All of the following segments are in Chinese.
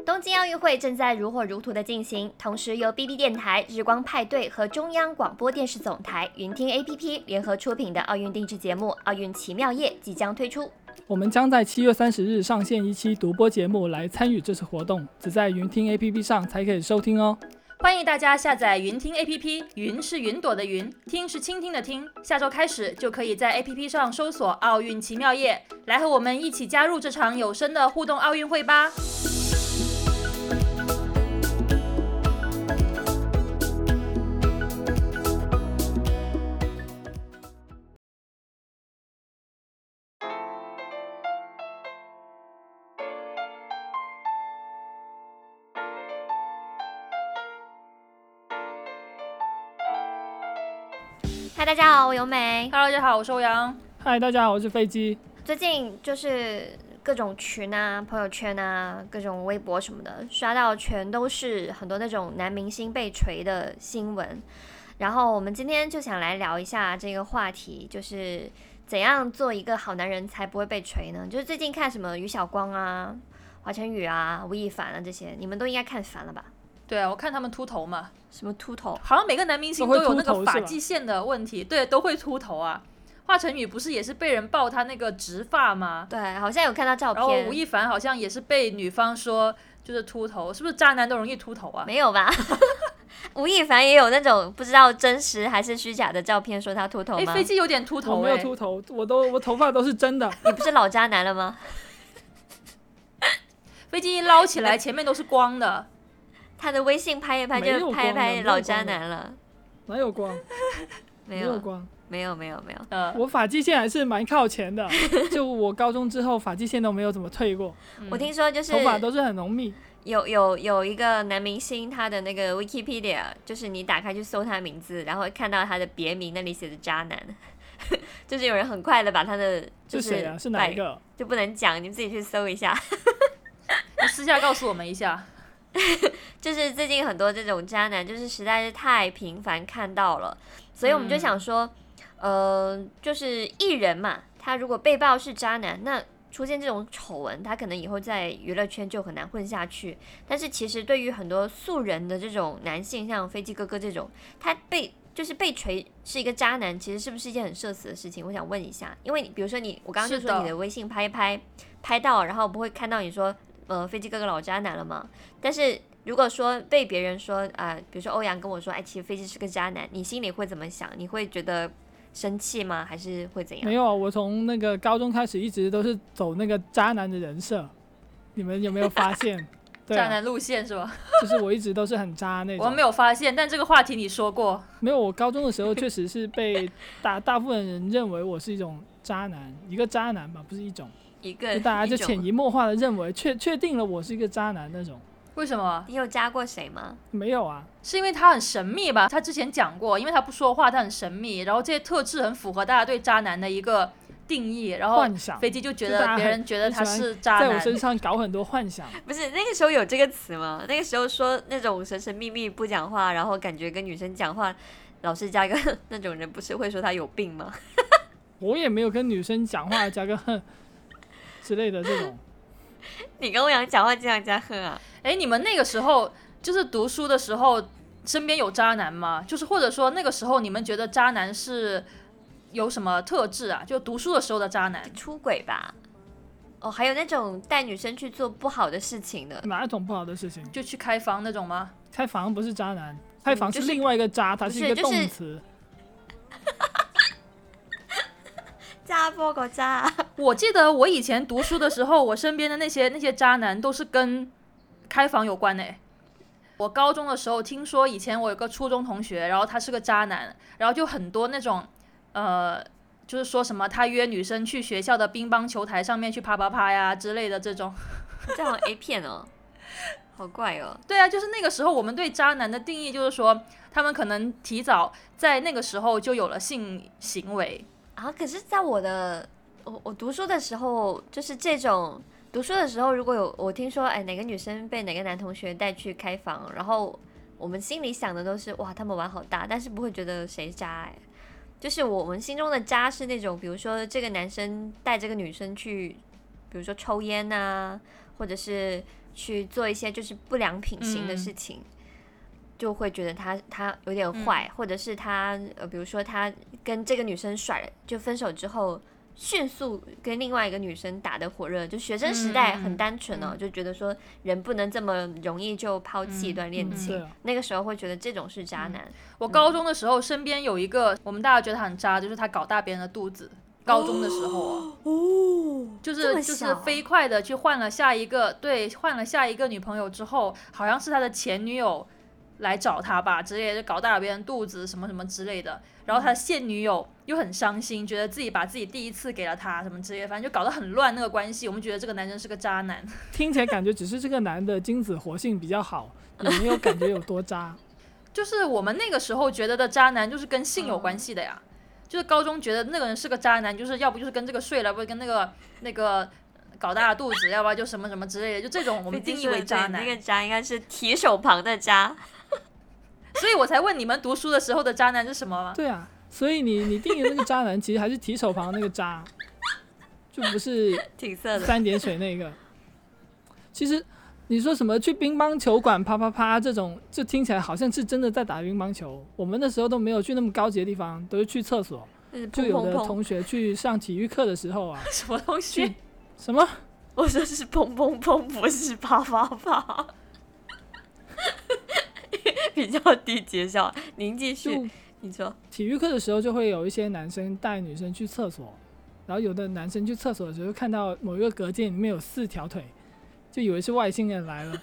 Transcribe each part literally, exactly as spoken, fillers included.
东京奥运会正在如火如荼的进行，同时由 B B 电台、日光派对和中央广播电视总台云听 A P P 联合出品的奥运定制节目《奥运奇妙夜》即将推出。 我们将在七月三十日上线一期独播节目来参与这次活动，只在云听 A P P 上才可以收听哦。 欢迎大家下载云听 A P P， 云是云朵的云，听是倾听的听。下周开始就可以在 A P P 上搜索奥运奇妙夜，来和我们一起加入这场有声的互动奥运会吧。 嗨，大家好，我由美。 Hello， 大家好，我是欧阳。 嗨，大家好，我是飞机。 最近就是各种群啊、朋友圈啊、各种微博什么的，刷到全都是很多那种男明星被锤的新闻。然后我们今天就想来聊一下这个话题，就是怎样做一个好男人才不会被锤呢？就是最近看什么于晓光啊、华晨宇啊、吴亦凡啊这些，你们都应该看烦了吧？ 对啊，我看他们秃头嘛。 什么秃头？ 好像每个男明星都有那个发际线的问题，对，都会秃头啊。华晨宇不是也是被人爆他那个直发吗？ 对，好像有看到照片。 然后吴亦凡好像也是被女方说就是秃头，是不是渣男都容易秃头啊？ 没有吧？吴亦凡也有那种不知道真实还是虚假的照片说他秃头吗？ 哎，飞机有点秃头。 我没有秃头，我都我头发都是真的。 你不是老渣男了吗？ 飞机一捞起来前面都是光的。 他的微信拍一拍就拍一拍老渣男了。 哪有光？ 没有没有光。 没有没有没有。 呃， 我发际线还是蛮靠前的，就我高中之后发际线都没有怎么退过。 嗯、我听说就是头发都是很浓密。 有有有一个男明星，他的那个 Wikipedia， 就是你打开去搜他名字，然后看到他的别名那里写着渣男，就是有人很快的把他的就是是谁啊？是哪一个？ 就不能讲，你自己去搜一下。 你私下告诉我们一下。 就是最近很多这种渣男，就是实在是太频繁看到了，所以我们就想说，嗯、呃，就是艺人嘛，他如果被爆是渣男，那出现这种丑闻，他可能以后在娱乐圈就很难混下去。但是其实对于很多素人的这种男性，像飞机哥哥这种，他被就是被锤是一个渣男，其实是不是一件很社死的事情？我想问一下，因为比如说你，我刚刚就说你的微信拍一拍拍到，然后不会看到你说。呃，飞机哥哥老渣男了吗？但是如果说被别人说啊、呃，比如说欧阳跟我说，哎，其实飞机是个渣男，你心里会怎么想？你会觉得生气吗？还是会怎样？ 没有，我从那个高中开始一直都是走那个渣男的人设，你们有没有发现？对啊、 渣男路线是吧？ 就是我一直都是很渣那种。 我没有发现，但这个话题你说过。 没有，我高中的时候确实是被大大部分人认为我是一种渣男，一个渣男吧，不是一种。 一个， 就大家就潜移默化的认为，确确定了我是一个渣男那种。 为什么？ 你有渣过谁吗？ 没有啊。 是因为他很神秘吧？他之前讲过，因为他不说话，他很神秘，然后这些特质很符合大家对渣男的一个定义，然后飞机就觉得别人觉得他是渣男， 在我身上搞很多幻想。 不是那个时候有这个词吗？那个时候说那种神神秘秘不讲话，然后感觉跟女生讲话老是加个那种人，不是会说他有病吗？ 我也没有跟女生讲话加个哼之类的这种。 你跟欧阳讲话经常加哼啊？ 哎，你们那个时候就是读书的时候，身边有渣男吗？就是或者说那个时候你们觉得渣男是有什么特质啊？就读书的时候的渣男， 出轨吧？哦，还有那种带女生去做不好的事情的。 哪一种不好的事情？ 就去开房那种吗？ 开房不是渣男，开房是另外一个渣，嗯就是、它是一个动词。 就是渣波个渣！ 我记得我以前读书的时候，我身边的那些那些渣男都是跟开房有关诶。我高中的时候听说，以前我有个初中同学，然后他是个渣男，然后就很多那种，呃，就是说什么他约女生去学校的乒乓球台上面去啪啪啪呀之类的这种。 这种 A 片哦，好怪哦。 对啊，就是那个时候我们对渣男的定义就是说，他们可能提早在那个时候就有了性行为。 啊，可是在我的我我读书的时候，就是这种读书的时候，如果有我听说，哎，哪个女生被哪个男同学带去开房，然后我们心里想的都是哇，他们玩好大，但是不会觉得谁渣哎。就是我们心中的渣是那种，比如说这个男生带这个女生去，比如说抽烟啊，或者是去做一些就是不良品行的事情，嗯、就会觉得他他有点坏，嗯、或者是他呃，比如说他跟这个女生甩了，就分手之后。迅速跟另外一个女生打得火热，就学生时代很单纯哦、嗯，就觉得说人不能这么容易就抛弃一段恋情、嗯嗯，那个时候会觉得这种是渣男。嗯、 我高中的时候身边有一个，我们大家觉得他很渣，就是他搞大别人的肚子。高中的时候啊， 哦， 就是就是飞快的去换了下一个，对，换了下一个女朋友之后，好像是他的前女友来找他吧之类的，就搞大了别人肚子什么什么之类的。然后他的现女友又很伤心，觉得自己把自己第一次给了他什么之类的，反正就搞得很乱那个关系。我们觉得这个男生是个渣男。 听起来感觉只是这个男的精子活性比较好，也没有感觉有多渣。 就是我们那个时候觉得的渣男就是跟性有关系的呀。嗯、就是高中觉得那个人是个渣男，就是要不就是跟这个睡了，要不跟那个那个搞大了肚子，要不然就什么什么之类的，就这种我们定义为渣男。 那个渣应该是提手旁的渣。 所以我才问你们读书的时候的渣男是什么吗？ 对啊，所以你你定义的那个渣男其实还是提手旁那个渣，就不是三点水那个。其实你说什么去乒乓球馆啪啪啪这种，就听起来好像是真的在打乒乓球。我们那时候都没有去那么高级的地方，都是去厕所。就有的同学去上体育课的时候啊， 什么东西？ 什么？ 我说是砰砰砰，不是啪啪啪。比较低阶效，您继续，你说。 体育课的时候就会有一些男生带女生去厕所，然后有的男生去厕所的时候看到某一个隔间里面有四条腿，就以为是外星人来了。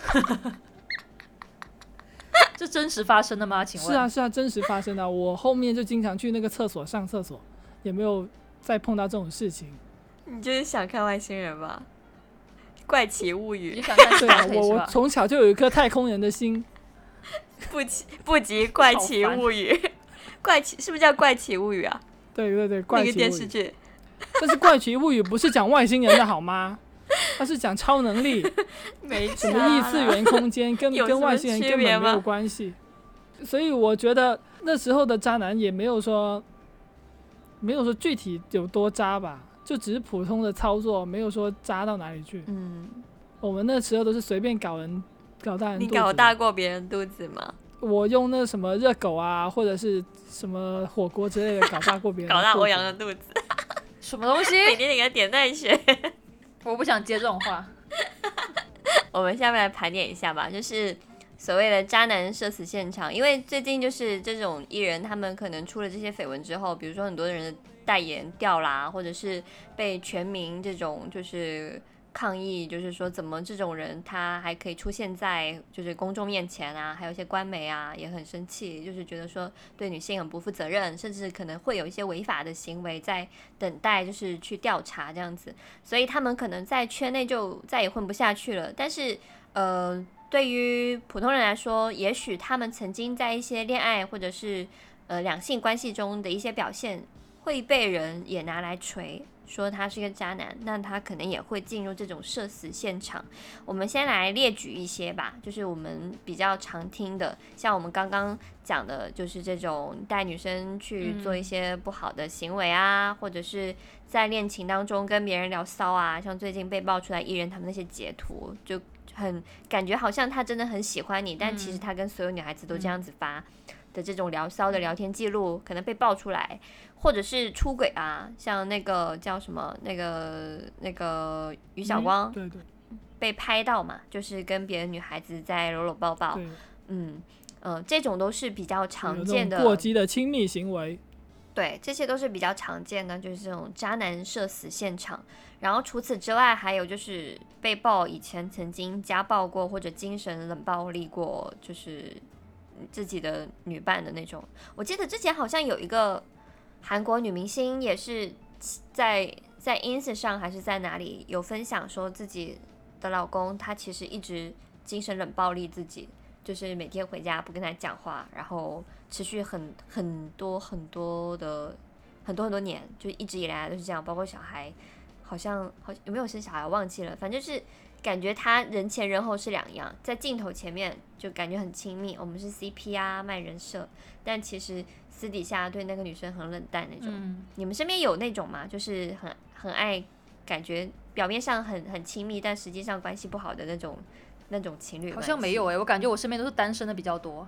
这真实发生的吗？请问？ 是啊是啊，真实发生的。我后面就经常去那个厕所上厕所，也没有再碰到这种事情。 你就是想看外星人吧？怪奇物语。 你想看对啊，我我从小就有一颗太空人的心。 不及不及怪奇物语，怪奇是不是叫怪奇物语啊？ 对对对，怪奇物语。 那个电视剧。 但是怪奇物语不是讲外星人的好吗？它是讲超能力， 没什么异次元空间，跟跟外星人根本没有关系。所以我觉得那时候的渣男也没有说，没有说具体有多渣吧，就只是普通的操作，没有说渣到哪里去。 嗯， 我们那时候都是随便搞人。搞大人肚子。 你搞大过别人肚子吗？ 我用那什么热狗啊，或者是什么火锅之类的搞大过别人肚子。 搞大欧阳的肚子。 什么东西？ 给你点个点带血。 我不想接这种话。 我们下面来盘点一下吧，就是所谓的渣男社死现场。因为最近就是这种艺人，他们可能出了这些绯闻之后，比如说很多人的代言掉啦，或者是被全民这种就是抗议，就是说怎么这种人他还可以出现在就是公众面前啊，还有一些官媒啊也很生气，就是觉得说对女性很不负责任，甚至可能会有一些违法的行为在等待就是去调查这样子，所以他们可能在圈内就再也混不下去了。但是呃，对于普通人来说，也许他们曾经在一些恋爱或者是呃两性关系中的一些表现会被人也拿来锤，说他是一个渣男，那他可能也会进入这种社死现场。我们先来列举一些吧，就是我们比较常听的，像我们刚刚讲的，就是这种带女生去做一些不好的行为啊，嗯、或者是在恋情当中跟别人聊骚啊，像最近被爆出来艺人他们那些截图，就很感觉好像他真的很喜欢你，但其实他跟所有女孩子都这样子发的这种聊骚的聊天记录可能被爆出来，或者是出轨啊，像那个叫什么那个那个于晓光、 嗯、对对， 被拍到嘛，就是跟别的女孩子在搂搂抱抱，嗯呃，这种都是比较常见的过激的亲密行为。 对，这些都是比较常见的，就是这种渣男社死现场。然后除此之外，还有就是被曝以前曾经家暴过或者精神冷暴力过，就是自己的女伴的那种。我记得之前好像有一个韩国女明星也是在在 ins 上还是在哪里有分享说自己的老公他其实一直精神冷暴力自己，就是每天回家不跟他讲话，然后持续很很多很多的很多很多年，就一直以来都是这样，包括小孩，好像好有没有生小孩我忘记了，反正就是感觉他人前人后是两样，在镜头前面就感觉很亲密，我们是 C P 啊卖人设，但其实私底下对那个女生很冷淡那种、嗯、你们身边有那种吗？就是很很爱感觉表面上很很亲密，但实际上关系不好的那种那种情侣关系。 好像没有哎、欸，我感觉我身边都是单身的比较多。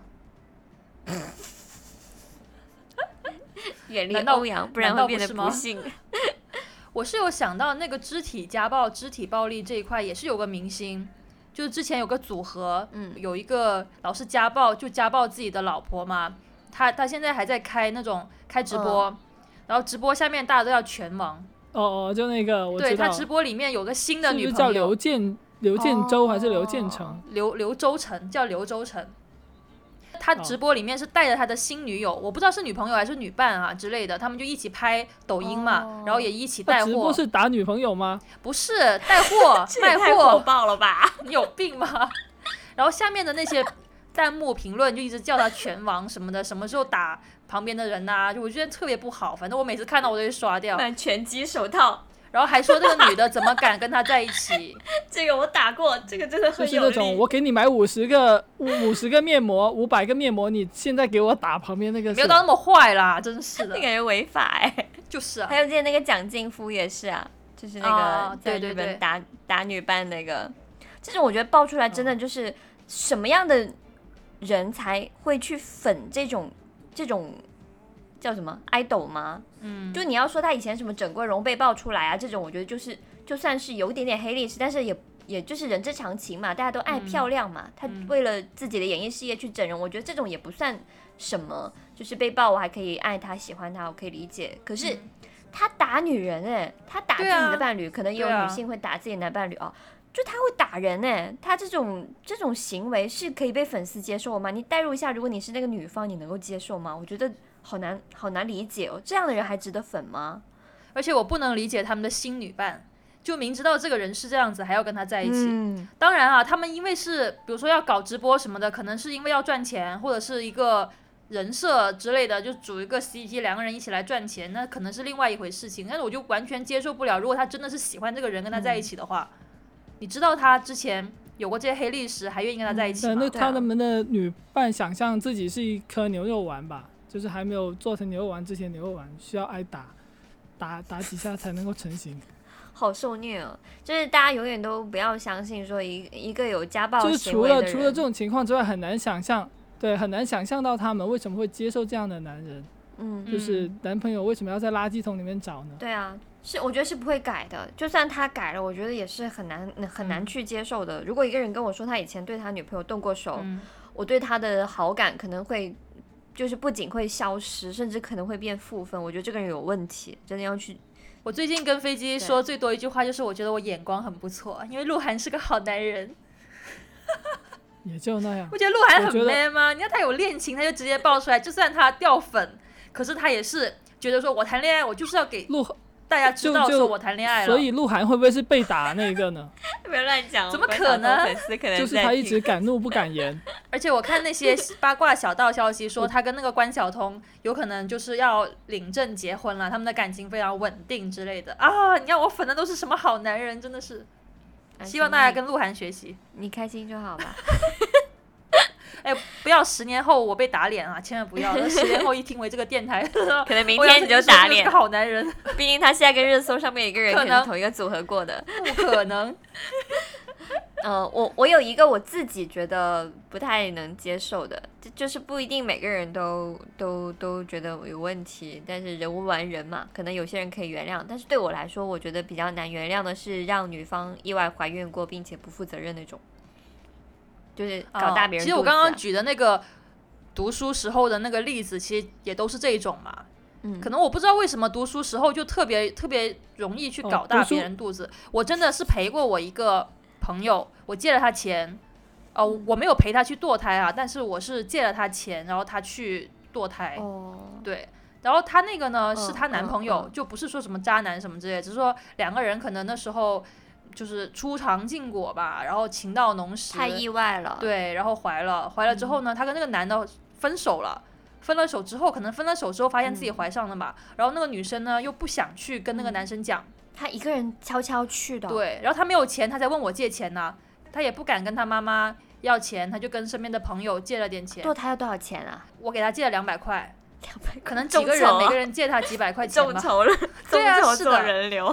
远离欧阳，不然会变得不幸。 我是有想到那个肢体家暴、肢体暴力这一块，也是有个明星，就是之前有个组合， 嗯， 有一个老是家暴，就家暴自己的老婆嘛。他他现在还在开那种开直播，嗯、然后直播下面大家都要全网。 哦哦，就那个我知道。 对，他直播里面有个新的女朋友， 是不是叫刘建刘建州、哦、还是刘建成？ 刘刘周成，叫刘周成。他直播里面是带着他的新女友，哦、我不知道是女朋友还是女伴啊之类的，他们就一起拍抖音嘛，哦、然后也一起带货。 直播是打女朋友吗？ 不是，带货卖货。 太火爆了吧？ 你有病吗？然后下面的那些弹幕评论就一直叫他拳王什么的，什么时候打旁边的人啊，就我觉得特别不好，反正我每次看到我都会刷掉。 拳击手套。 然后还说这个女的怎么敢跟他在一起？ 这个我打过，这个真的很有力。 就是那种我给你买五十个五五十个面膜，五百个面膜，你现在给我打旁边那个。 没有到那么坏啦，真是的。 那感觉违法哎、欸。 就是啊。 还有之前那个蒋劲夫也是啊，就是那个在日本打、哦、对对对打女扮那个，这种我觉得爆出来真的就是什么样的人才会去粉这种这种。叫什么 idol 吗？ 嗯， 就你要说他以前什么整过容被爆出来啊，这种我觉得就是就算是有一点点黑历史，但是也也就是人之常情嘛，大家都爱漂亮嘛，嗯、他为了自己的演艺事业去整容，我觉得这种也不算什么，就是被爆我还可以爱他喜欢他，我可以理解。可是、嗯、他打女人哎、欸，他打自己的伴侣，啊、可能也有女性会打自己的男伴侣啊。就他会打人哎、欸，他这种这种行为是可以被粉丝接受吗？你代入一下，如果你是那个女方，你能够接受吗？我觉得好难好难理解哦，这样的人还值得粉吗？ 而且我不能理解他们的新女伴，就明知道这个人是这样子，还要跟他在一起。 嗯、 当然啊，他们因为是比如说要搞直播什么的，可能是因为要赚钱，或者是一个人设之类的，就组一个 C P， 两个人一起来赚钱，那可能是另外一回事情。但是我就完全接受不了，如果他真的是喜欢这个人，跟他在一起的话。嗯，你知道他之前有过这些黑历史，还愿意跟他在一起吗？ 嗯、那他们的女伴想象自己是一颗牛肉丸吧，就是还没有做成牛肉丸之前，牛肉丸需要挨打，打打几下才能够成型。 好受虐哦！就是大家永远都不要相信说一一个有家暴行为的人， 就是除了除了这种情况之外，很难想象，对，很难想象到他们为什么会接受这样的男人。 嗯， 就是男朋友为什么要在垃圾桶里面找呢？ 对啊。是，我觉得是不会改的。就算他改了，我觉得也是很难很难去接受的。如果一个人跟我说他以前对他女朋友动过手， 嗯、 我对他的好感可能会，就是不仅会消失，甚至可能会变负分。我觉得这个人有问题，真的要去。 我最近跟飞机说最多一句话就是，我觉得我眼光很不错，因为鹿晗是个好男人。 也就那样。 我觉得鹿晗很 man 吗？你看他有恋情，他就直接爆出来，就算他掉粉，可是他也是觉得说我谈恋爱，我就是要给鹿。 大家知道说我谈恋爱了， 所以鹿晗会不会是被打那个呢？ 别乱讲， 怎么可能？ 粉丝可能就是他一直敢怒不敢言。 而且我看那些八卦小道消息说，他跟那个关晓彤有可能就是要领证结婚了，他们的感情非常稳定之类的啊！你看我粉的都是什么好男人，真的是。希望大家跟鹿晗学习， 你开心就好吧。 哎，不要十年后我被打脸啊！千万不要，十年后一听为这个电台， 可能明天你就打脸。 是个好男人， 毕竟他现在跟热搜上面一个人可能是同一个组合过的， 不可能。 呃，我我有一个我自己觉得不太能接受的，就是不一定每个人都都都觉得有问题，但是人无完人嘛，可能有些人可以原谅，但是对我来说，我觉得比较难原谅的是让女方意外怀孕过并且不负责任那种。就是搞大别人、啊哦。其实我刚刚举的那个读书时候的那个例子，其实也都是这一种嘛。 嗯， 可能我不知道为什么读书时候就特别特别容易去搞大别人肚子。哦、我真的是陪过我一个朋友，我借了他钱，哦、呃，我没有陪他去堕胎啊，但是我是借了他钱，然后他去堕胎。 哦， 对。然后他那个呢、嗯、是他男朋友、 嗯嗯， 就不是说什么渣男什么之类的，只是说两个人可能那时候。就是初尝禁果吧，然后情到浓时， 太意外了。 对，然后怀了，怀了之后呢，她、嗯、跟那个男的分手了，分了手之后，可能分了手之后发现自己怀上了嘛、嗯，然后那个女生呢又不想去跟那个男生讲， 她、嗯、一个人悄悄去的。 对，然后她没有钱，她才问我借钱呢、啊，她也不敢跟她妈妈要钱，她就跟身边的朋友借了点钱。 堕胎要多少钱啊？ 我给她借了两百块。 两百， 可能几个人、啊、每个人借他几百块钱吧。 众筹了， 对啊，是的， 人流。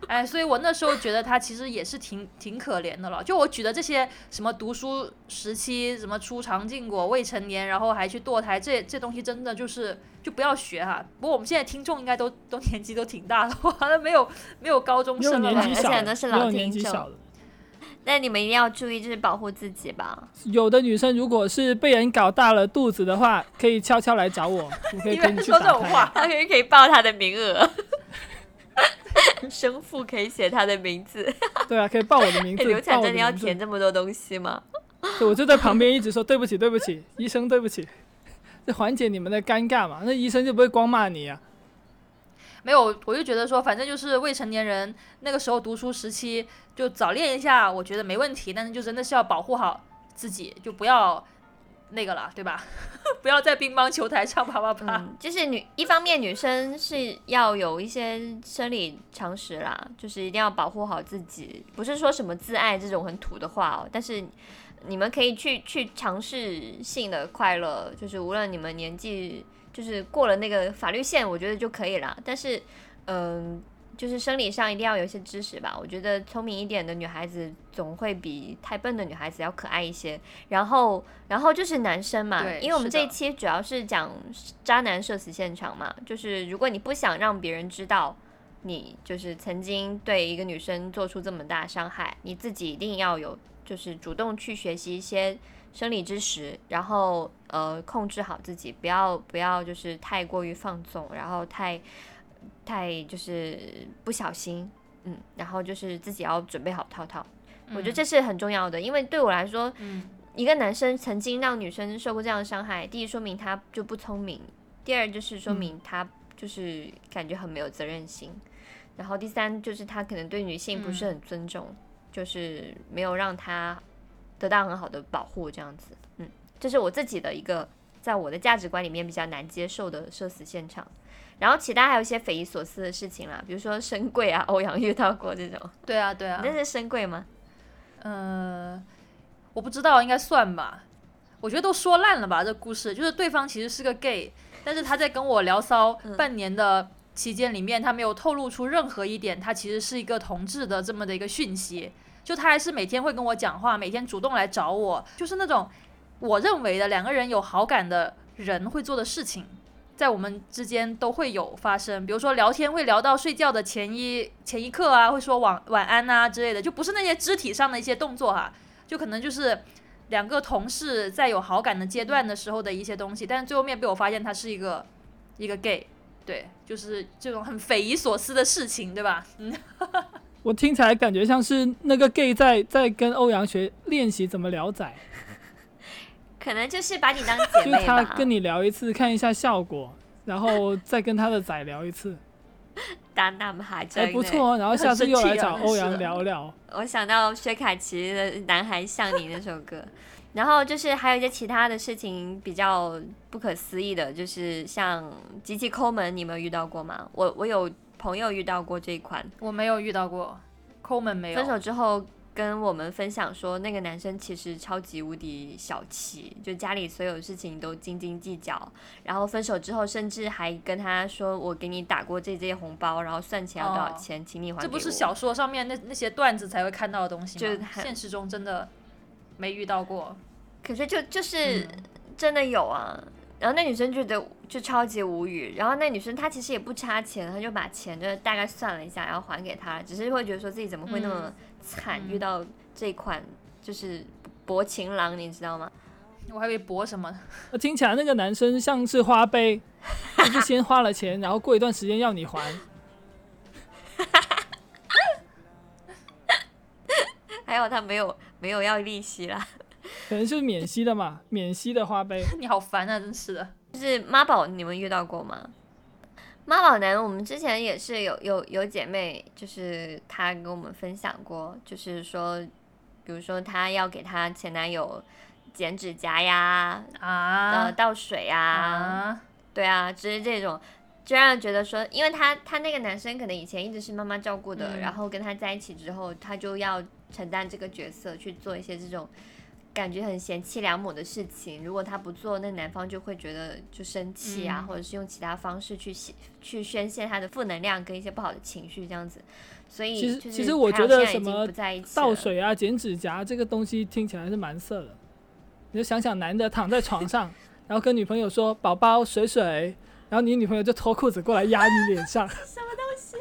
哎，所以我那时候觉得他其实也是挺挺可怜的了。就我举的这些什么读书时期，什么初尝禁果、未成年，然后还去堕胎，这这东西真的就是就不要学哈。不过我们现在听众应该都都年纪都挺大的，完了没有没有高中生了， 而且很多是老听众。 但你们一定要注意，就是保护自己吧。 有的女生如果是被人搞大了肚子的话，可以悄悄来找我，我可以跟你去打胎。 他可以可以报他的名额。生父可以写他的名字。 对啊，可以报我的名字。 流产真的要填这么多东西吗？ 对，我就在旁边一直说对不起对不起，医生对不起，这缓解你们的尴尬嘛。那医生就不会光骂你啊。 没有，我就觉得说，反正就是未成年人那个时候读书时期就早恋一下，我觉得没问题。但是就真的是要保护好自己，就不要那个了，对吧？不要在乒乓球台上啪啪啪。 嗯，就是女一方面女生是要有一些生理常识啦，就是一定要保护好自己，不是说什么自爱这种很土的话哦。但是你们可以去去尝试性的快乐，就是无论你们年纪。就是过了那个法律线，我觉得就可以了。但是，嗯、呃，就是生理上一定要有一些知识吧。我觉得聪明一点的女孩子总会比太笨的女孩子要可爱一些。然后，然后就是男生嘛，因为我们这一期主要是讲渣男社死现场嘛。就是如果你不想让别人知道你就是曾经对一个女生做出这么大伤害，你自己一定要有，就是主动去学习一些生理知识，然后呃控制好自己，不要不要就是太过于放纵，然后太太就是不小心，嗯，然后就是自己要准备好套套，嗯、我觉得这是很重要的，因为对我来说， 嗯， 一个男生曾经让女生受过这样的伤害，第一说明他就不聪明，第二就是说明他就是感觉很没有责任心，嗯、然后第三就是他可能对女性不是很尊重，嗯、就是没有让他得到很好的保护，这样子，嗯，这是我自己的一个在我的价值观里面比较难接受的社死现场。然后其他还有一些匪夷所思的事情啦，比如说深柜啊，欧阳遇到过这种。 对啊，对啊。 你那是深柜吗？ 呃，我不知道，应该算吧。我觉得都说烂了吧，这故事就是对方其实是个 gay， 但是他在跟我聊骚半年的期间里面，他没有透露出任何一点他其实是一个同志的这么的一个讯息。就他还是每天会跟我讲话，每天主动来找我，就是那种我认为的两个人有好感的人会做的事情，在我们之间都会有发生。比如说聊天会聊到睡觉的前一前一刻啊，会说晚晚安啊之类的，就不是那些肢体上的一些动作哈、啊，就可能就是两个同事在有好感的阶段的时候的一些东西，但是最后面被我发现他是一个一个 gay， 对，就是这种很匪夷所思的事情，对吧？嗯。 我听起来感觉像是那个 gay 在在跟欧阳学练习怎么聊仔， 可能就是把你当姐妹吧。 就是他跟你聊一次，看一下效果，然后再跟他的仔聊一次。 打那么哈真哎，不错，然后下次又来找欧阳聊聊。 我想到薛凯琪的《男孩像你》那首歌，然后就是还有一些其他的事情比较不可思议的，就是像机器抠门，你们有遇到过吗？我我有朋友遇到过这一款， 我没有遇到过，抠门没有。 分手之后跟我们分享说，那个男生其实超级无敌小气，就家里所有事情都斤斤计较，然后分手之后甚至还跟他说，我给你打过这些红包，然后算起来要多少钱，哦、请你还给我。 这不是小说上面那那些段子才会看到的东西吗？就现实中真的没遇到过。 可是就就是真的有啊。嗯，然后那女生觉得就超级无语，然后那女生她其实也不差钱，她就把钱就大概算了一下，然后还给她，只是会觉得说自己怎么会那么惨，嗯、遇到这款就是薄情郎，你知道吗？ 我还以为薄什么。 我听起来那个男生像是花呗，就是先花了钱，然后过一段时间要你还。 还有他没有没有要利息啦。 可能就是免息的嘛，免息的花呗。 你好烦啊，真是的。 就是妈宝，你们遇到过吗？妈宝男，我们之前也是有有有姐妹，就是她跟我们分享过，就是说，比如说她要给她前男友剪指甲呀， 啊， 呃，倒水啊，啊对啊，就是这种，就让人觉得说，因为他他那个男生可能以前一直是妈妈照顾的，嗯、然后跟他在一起之后，他就要承担这个角色，去做一些这种感觉很贤妻良母的事情，如果他不做，那男方就会觉得就生气啊、嗯、或者是用其他方式去去宣泄他的负能量跟一些不好的情绪这样子。所以其实其实我觉得什么倒水啊剪指甲这个东西听起来是蛮色的。你就想想男的躺在床上然后跟女朋友说宝宝水水，然后你女朋友就脱裤子过来压你脸上什么东西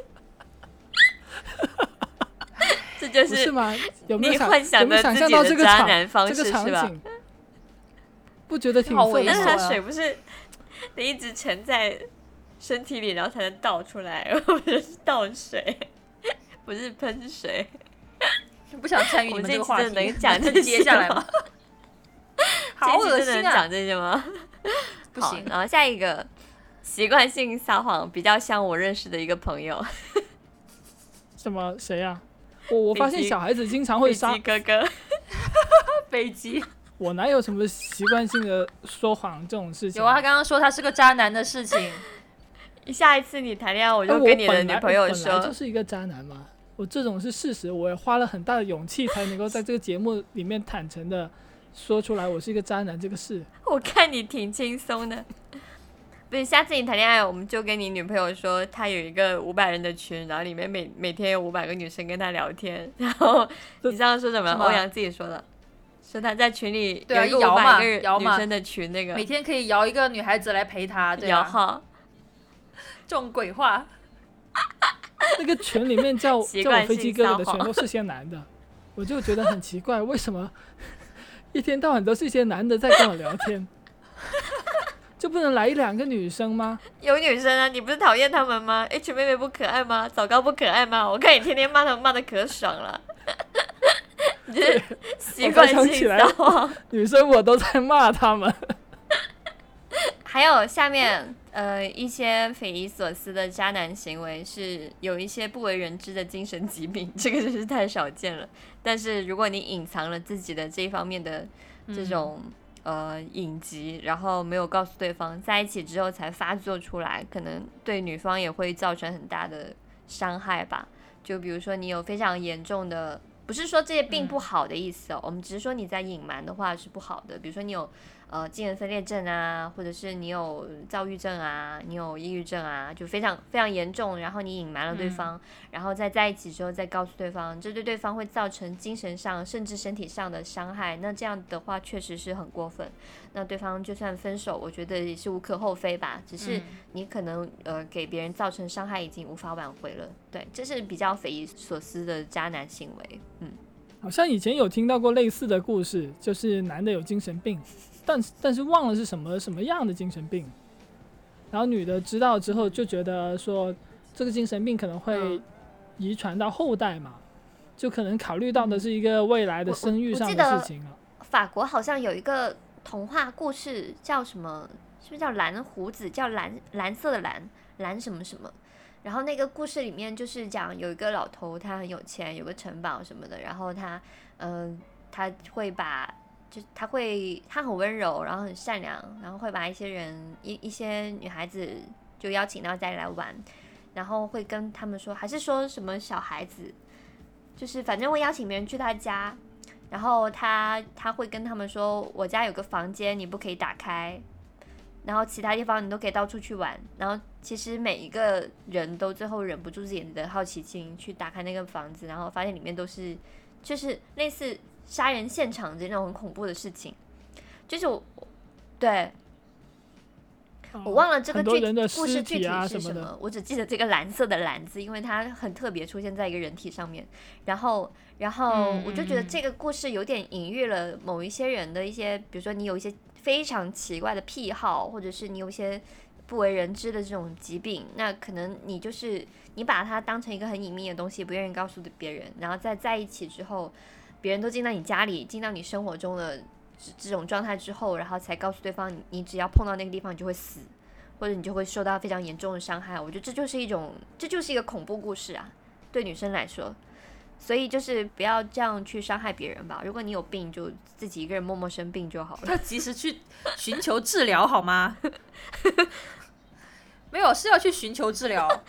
这就是不是吗？有没有想你幻想的自己的渣男方式、 这个、场是吧？ 不觉得挺色的吗？ 但是他水不是得一直沉在身体里然后才能倒出来，或者是倒水不是喷水。 不想参与你们这个话题， 能讲这接下来吗？好恶心啊！ 能讲这些吗？ 不行。 然后下一个习惯性撒谎，比较像我认识的一个朋友。 什么谁啊？我我发现小孩子经常会撒。 飞机哥哥。 飞机。 我哪有什么习惯性的说谎这种事情？ 有啊，他刚刚说他是个渣男的事情。 下一次你谈恋爱，我就跟你的女朋友说， 我本来就是一个渣男嘛。我这种是事实，我也花了很大的勇气才能够在这个节目里面坦诚的说出来我是一个渣男这个事。 我看你挺轻松的。不是，下次你谈恋爱我们就跟你女朋友说他有一个五百人的群，然后里面每每天有五百个女生跟他聊天，然后你这样说什么？欧阳自己说的，说他在群里有一个五百个女生的群，那个每天可以摇一个女孩子来陪他，对摇号这种鬼话。 那个群里面叫叫我飞机哥哥的全都是些男的，我就觉得很奇怪，为什么一天到晚都是一些男的在跟我聊天，就不能来一两个女生吗？ 有女生啊，你不是讨厌他们吗 ？H 妹妹不可爱吗？早高不可爱吗？我看你天天骂他们骂的可爽了。你这习惯性撒谎， 女生我都在骂他们。 还有下面呃一些匪夷所思的渣男行为，是有一些不为人知的精神疾病，这个真是太少见了。但是如果你隐藏了自己的这一方面的这种、嗯、呃隐疾，然后没有告诉对方，在一起之后才发作出来，可能对女方也会造成很大的伤害吧。就比如说你有非常严重的，不是说这些病不好的意思哦，嗯、我们只是说你在隐瞒的话是不好的。比如说你有呃精神分裂症啊，或者是你有躁郁症啊，你有抑郁症啊，就非常非常严重，然后你隐瞒了对方、嗯、然后在在一起之后再告诉对方，这对对方会造成精神上甚至身体上的伤害，那这样的话确实是很过分。那对方就算分手，我觉得也是无可厚非吧，只是你可能呃给别人造成伤害已经无法挽回了。对，这是比较匪夷所思的渣男行为。嗯， 好像以前有听到过类似的故事，就是男的有精神病，但但是忘了是什么什么样的精神病，然后女的知道之后就觉得说这个精神病可能会遗传到后代嘛，就可能考虑到的是一个未来的生育上的事情了。 法国好像有一个童话故事叫什么，是不是叫蓝胡子，叫蓝蓝色的蓝蓝什么什么，然后那个故事里面就是讲有一个老头，他很有钱，有个城堡什么的，然后他嗯、呃、他会把就他会他很温柔，然后很善良，然后会把一些人一一些女孩子就邀请到家里来玩，然后会跟他们说，还是说什么小孩子，就是反正会邀请别人去他家，然后他他会跟他们说，我家有个房间你不可以打开，然后其他地方你都可以到处去玩。然后其实每一个人都最后忍不住自己的好奇心去打开那个房子，然后发现里面都是就是类似杀人现场这种很恐怖的事情。就是我对、哦、我忘了这个具体故事具体是什么，我只记得这个蓝色的篮子，因为它很特别出现在一个人体上面。然后然后我就觉得这个故事有点隐喻了某一些人的一些，比如说你有一些非常奇怪的癖好，或者是你有一些不为人知的这种疾病，那可能你就是你把它当成一个很隐秘的东西，不愿意告诉别人，然后在在一起之后，别人都进到你家里，进到你生活中的这种状态之后，然后才告诉对方，你只要碰到那个地方你就会死，或者你就会受到非常严重的伤害。我觉得这就是一种这就是一个恐怖故事啊，对女生来说。所以就是不要这样去伤害别人吧，如果你有病就自己一个人默默生病就好了， 要及时去寻求治疗好吗？没有，是要去寻求治疗。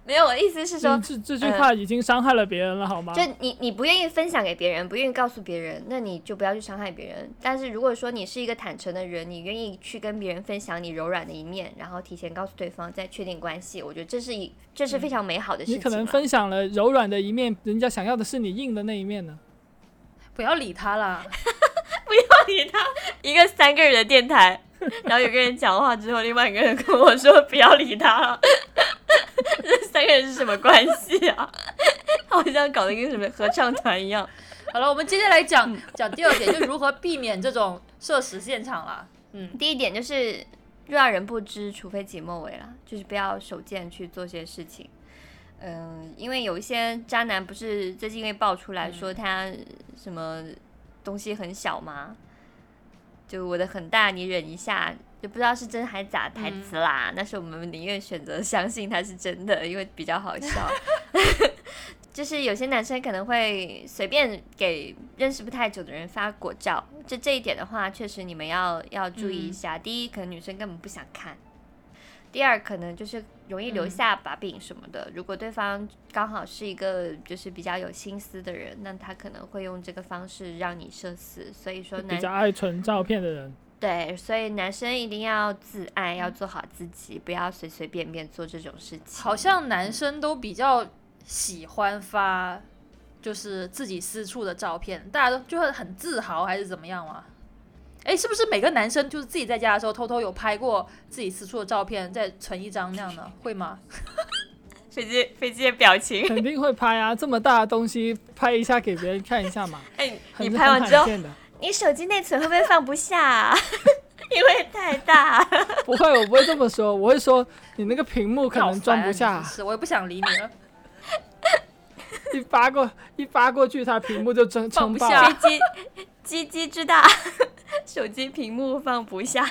没有，我的意思是说， 这这句话已经伤害了别人了，呃、好吗？ 就你你不愿意分享给别人，不愿意告诉别人，那你就不要去伤害别人。但是如果说你是一个坦诚的人，你愿意去跟别人分享你柔软的一面，然后提前告诉对方，再确定关系，我觉得这是一这是非常美好的事情。 你可能分享了柔软的一面，人家想要的是你硬的那一面呢。 不要理他啦， 不要理他。一个三个人的电台，然后有个人讲话之后，另外一个人跟我说不要理他了。这三个人是什么关系啊？好像搞得跟什么合唱团一样。 好了，我们接下来讲讲第二点，就如何避免这种社死现场啦。嗯， 第一点就是若要人不知，除非己莫为啦，就是不要手贱去做些事情。嗯，因为有一些渣男不是最近被爆出来说他什么东西很小吗？就我的很大，你忍一下，就不知道是真还是假台词啦。但是我们宁愿选择相信它是真的，因为比较好笑。就是有些男生可能会随便给认识不太久的人发果照，就这一点的话，确实你们要要注意一下。嗯、第一，可能女生根本不想看；第二，可能就是容易留下把柄什么的。嗯、如果对方刚好是一个就是比较有心思的人，那他可能会用这个方式让你社死。所以说， 比较爱存照片的人。 对，所以男生一定要自爱，要做好自己，不要随随便便做这种事情。 好像男生都比较喜欢发就是自己私处的照片，大家都就会很自豪还是怎么样吗？哎，是不是每个男生就是自己在家的时候偷偷有拍过自己私处的照片，再存一张那样的，会吗？ 飞机飞机的表情肯定会拍啊，这么大的东西拍一下给别人看一下嘛。 哎，你拍完之后，你手机内存会不会放不下、啊？因为太大。 不会，我不会这么说，我会说你那个屏幕可能装不下。 是，我也不想理你了。 一发过一发过去，它屏幕就撑撑爆。 飞机机机之大，手机屏幕放不下。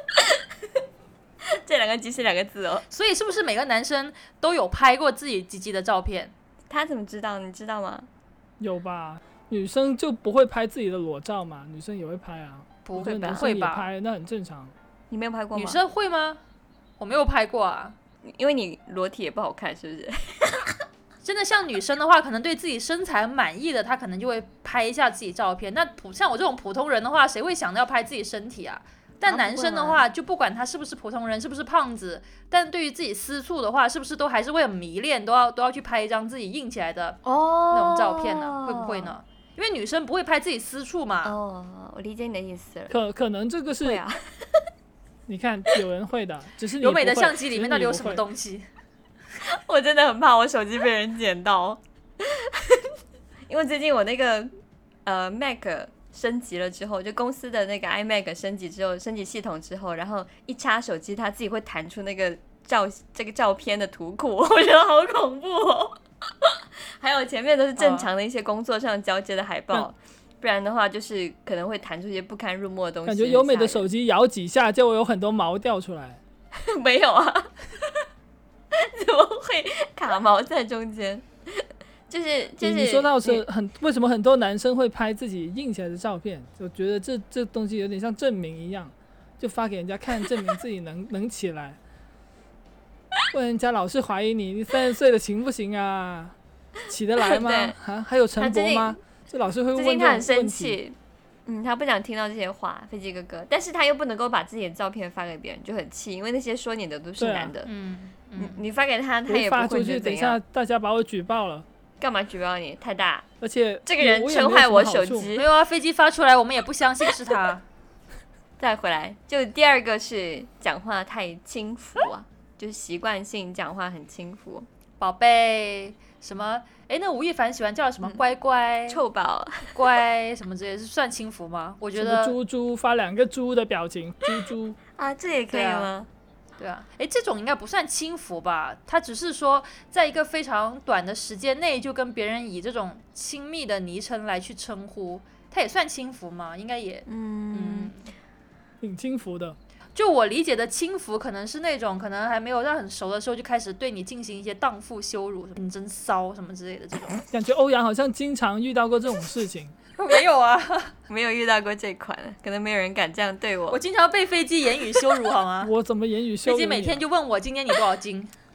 这两个机是两个字哦。 所以是不是每个男生都有拍过自己鸡鸡的照片？ 他怎么知道？你知道吗？ 有吧。女生就不会拍自己的裸照嘛，女生也会拍啊。 不会吧？ 男生也拍，那很正常。 你没有拍过吗？ 女生会吗？我没有拍过啊， 因为你裸体也不好看，是不是？ 真的像女生的话，可能对自己身材满意的，她可能就会拍一下自己照片。那普像我这种普通人的话，谁会想到要拍自己身体啊？但男生的话，就不管他是不是普通人，是不是胖子，但对于自己私处的话，是不是都还是会很迷恋，都要都要去拍一张自己硬起来的那种照片呢、啊？ Oh. 会不会呢？因为女生不会拍自己私处嘛。 哦、oh, 我理解你的意思了。 可可能这个是， 会啊、 你看有人会的，只是你柔美的相机里面到底有什么东西？ 我真的很怕我手机被人捡到，因为最近我那个呃 Mac 升级了之后，就公司的那个 iMac 升级之后，升级系统之后，然后一插手机，它自己会弹出那个照这个照片的图库，我觉得好恐怖哦。还有前面都是正常的一些工作上交接的海报，啊、不然的话就是可能会弹出一些不堪入目的东西。 感觉优美的手机摇几下就有很多毛掉出来。 没有啊，怎么会卡毛在中间？就是就是你说到是很为什么很多男生会拍自己硬起来的照片？我觉得这这东西有点像证明一样，就发给人家看，证明自己能能起来。问人家老是怀疑你，你三十岁了行不行啊？起得来吗？啊，还有陈伯吗？这老师会问这种问题。最近他很生气，嗯，他不想听到这些话，飞机哥哥，但是他又不能够把自己的照片发给别人，就很气，因为那些说你的都是男的，啊、 嗯嗯、 你你发给他，他也不会发出去，等一下大家把我举报了。 干嘛举报你？太大， 而且这个人撑坏我手机。 没有啊，飞机发出来，我们也不相信是他。 再回来，就第二个是讲话太轻浮啊，就是习惯性讲话很轻浮， 宝贝什么？哎，那吴亦凡喜欢叫什么？乖乖、 嗯、臭宝、 乖什么之类，是算轻浮吗？我觉得。 猪猪发两个猪的表情，猪猪啊，这也可以吗？ 对啊，哎，这种应该不算轻浮吧？他只是说，在一个非常短的时间内，就跟别人以这种亲密的昵称来去称呼，他也算轻浮吗？应该也， 嗯，嗯挺轻浮的。 就我理解的轻浮，可能是那种可能还没有到很熟的时候，就开始对你进行一些荡妇羞辱，你真骚什么之类的这种。 感觉欧阳好像经常遇到过这种事情。 没有啊， 没有遇到过这款，可能没有人敢这样对我。 我经常被飞机言语羞辱，好吗？ 我怎么言语羞辱你、啊？ 飞机每天就问我今天你多少斤。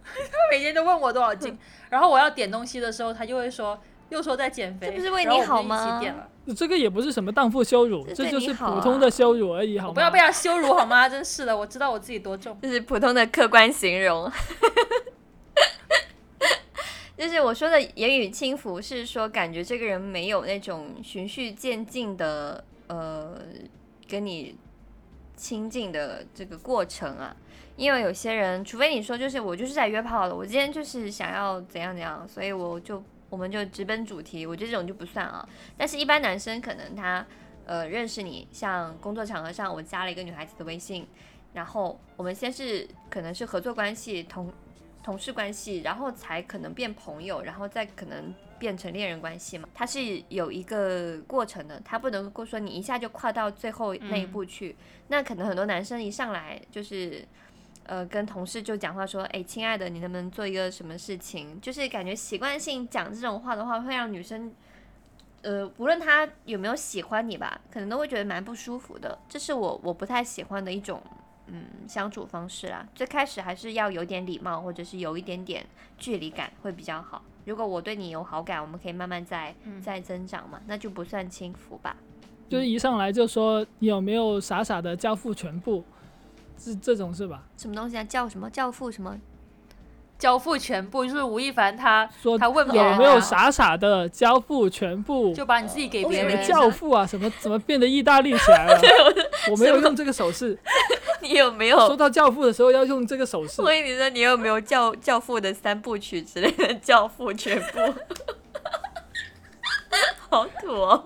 他每天都问我多少斤，然后我要点东西的时候，他就会说又说在减肥， 这不是为你好吗？ 然后我们就一起点了。 这个也不是什么荡妇羞辱， 这这就是普通的羞辱而已，好吗？ 我不要被他羞辱好吗？真是的，我知道我自己多重。 这是普通的客观形容。就是我说的言语轻浮，是说感觉这个人没有那种循序渐进的呃跟你亲近的这个过程啊。因为有些人，除非你说就是我就是在约炮了，我今天就是想要怎样怎样，所以我就我们就直奔主题，我觉得这种就不算啊。但是一般男生可能他呃认识你，像工作场合上我加了一个女孩子的微信，然后我们先是可能是合作关系同。同事关系，然后才可能变朋友，然后再可能变成恋人关系嘛，它是有一个过程的，它不能够说你一下就跨到最后那一步去。嗯、那可能很多男生一上来就是呃跟同事就讲话说，哎，亲爱的，你能不能做一个什么事情？就是感觉习惯性讲这种话的话，会让女生呃无论他有没有喜欢你吧，可能都会觉得蛮不舒服的。这是我我不太喜欢的一种。嗯，相处方式啦，最开始还是要有点礼貌，或者是有一点点距离感会比较好。如果我对你有好感，我们可以慢慢再、嗯、再增长嘛，那就不算轻浮吧。 就是一上来就说你有没有傻傻的交付全部，这这种是吧？ 什么东西啊？叫什么？教父什么？ 交付全部就是吴亦凡他说他问别人、啊、 有没有傻傻的交付全部， 就把你自己给别人。 教父啊，什么怎么变得意大利起来了？我没有用这个手势。 你有没有说到教父的时候要用这个手势？ 所以你说你有没有教教父的三部曲之类的教父全部？好土哦。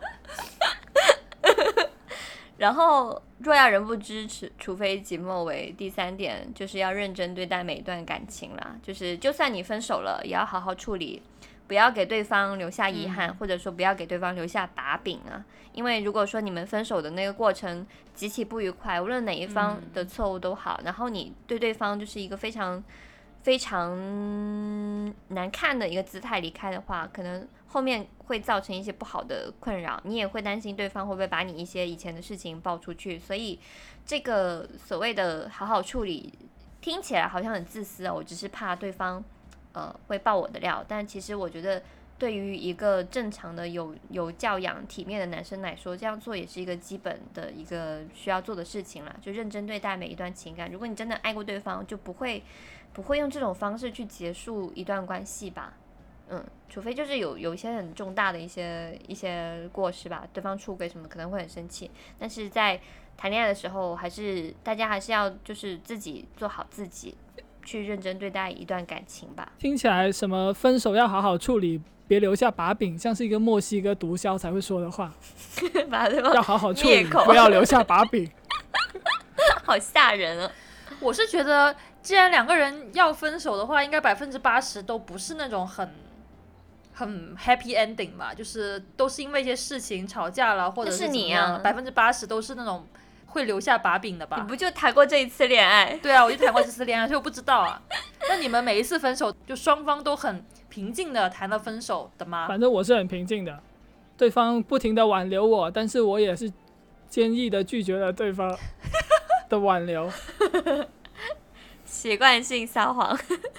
然后若要人不知，除非己莫为。第三点就是要认真对待每一段感情啦，就是就算你分手了，也要好好处理，不要给对方留下遗憾、嗯、或者说不要给对方留下把柄啊。因为如果说你们分手的那个过程极其不愉快，无论哪一方的错误都好、嗯、然后你对对方就是一个非常非常难看的一个姿态离开的话，可能后面会造成一些不好的困扰，你也会担心对方会不会把你一些以前的事情爆出去。所以这个所谓的好好处理听起来好像很自私啊，我只是怕对方呃会爆我的料，但其实我觉得对于一个正常的有有教养体面的男生来说，这样做也是一个基本的一个需要做的事情啦，就认真对待每一段情感。如果你真的爱过对方，就不会不会用这种方式去结束一段关系吧。嗯，除非就是有有一些很重大的一些一些过失吧，对方出轨什么可能会很生气，但是在谈恋爱的时候，还是大家还是要就是自己做好自己，去认真对待一段感情吧。 听起来什么分手要好好处理，别留下把柄，像是一个墨西哥毒枭才会说的话。要好好处理，不要留下把柄。 好吓人啊！ 我是觉得，既然两个人要分手的话，应该百分之八十都不是那种很很 happy ending 吧，就是都是因为一些事情吵架了，或者是怎么样，百分之八十都是那种会留下把柄的吧。 你不就谈过这一次恋爱？ 对啊，我就谈过这次恋爱，所以我不知道啊。那你们每一次分手，就双方都很平静的谈了分手的吗？ 反正我是很平静的，对方不停的挽留我，但是我也是坚毅的拒绝了对方的挽留。 习惯性撒谎。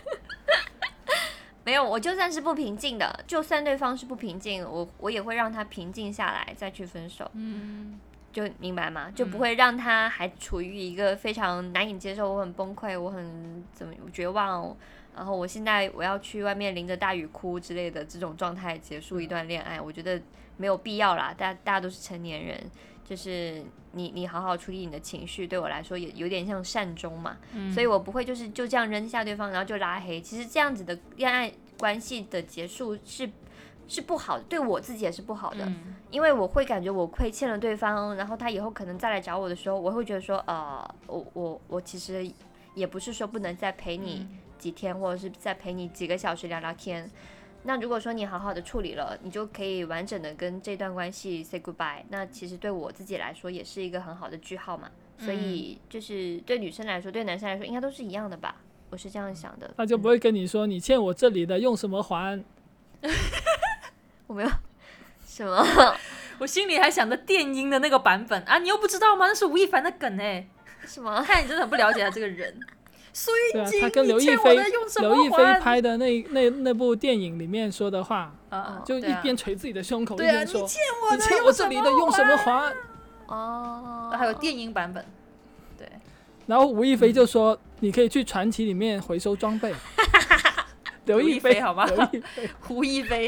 没有，我就算是不平静的，就算对方是不平静，我我也会让他平静下来再去分手。 嗯， 就明白吗？就不会让他还处于一个非常难以接受，我很崩溃，我很怎么绝望，然后我现在我要去外面淋着大雨哭之类的这种状态结束一段恋爱，我觉得没有必要啦。大家大家都是成年人，就是你你好好处理你的情绪，对我来说也有点像善终嘛、嗯、所以我不会就是就这样扔下对方然后就拉黑。其实这样子的恋爱关系的结束是是不好的，对我自己也是不好的、嗯、因为我会感觉我亏欠了对方，然后他以后可能再来找我的时候，我会觉得说呃我我我其实也不是说不能再陪你几天、嗯、或者是再陪你几个小时聊聊天。那如果说你好好的处理了，你就可以完整的跟这段关系 say goodbye， 那其实对我自己来说也是一个很好的句号嘛、嗯、所以就是对女生来说对男生来说应该都是一样的吧，我是这样想的。 他就不会跟你说、嗯、你欠我这里的用什么还。 我没有什么我心里还想着电音的那个版本啊，你又不知道吗？那是吴亦凡的梗哎。 什么？ 看你真的很不了解他这个人。 苏对啊， 云锦， 他跟刘亦你欠菲我的用什么刘亦菲还拍的那那那部电影里面说的话， 啊就一边捶自己的胸口， 对啊， 一边说：“ 你欠我的， 你欠我这里的用什么还？” 哦， 还有电音版本，对。 然后吴亦菲就说：“你可以去传奇里面回收装备。”刘亦菲好吗？ 刘亦菲， 胡亦菲。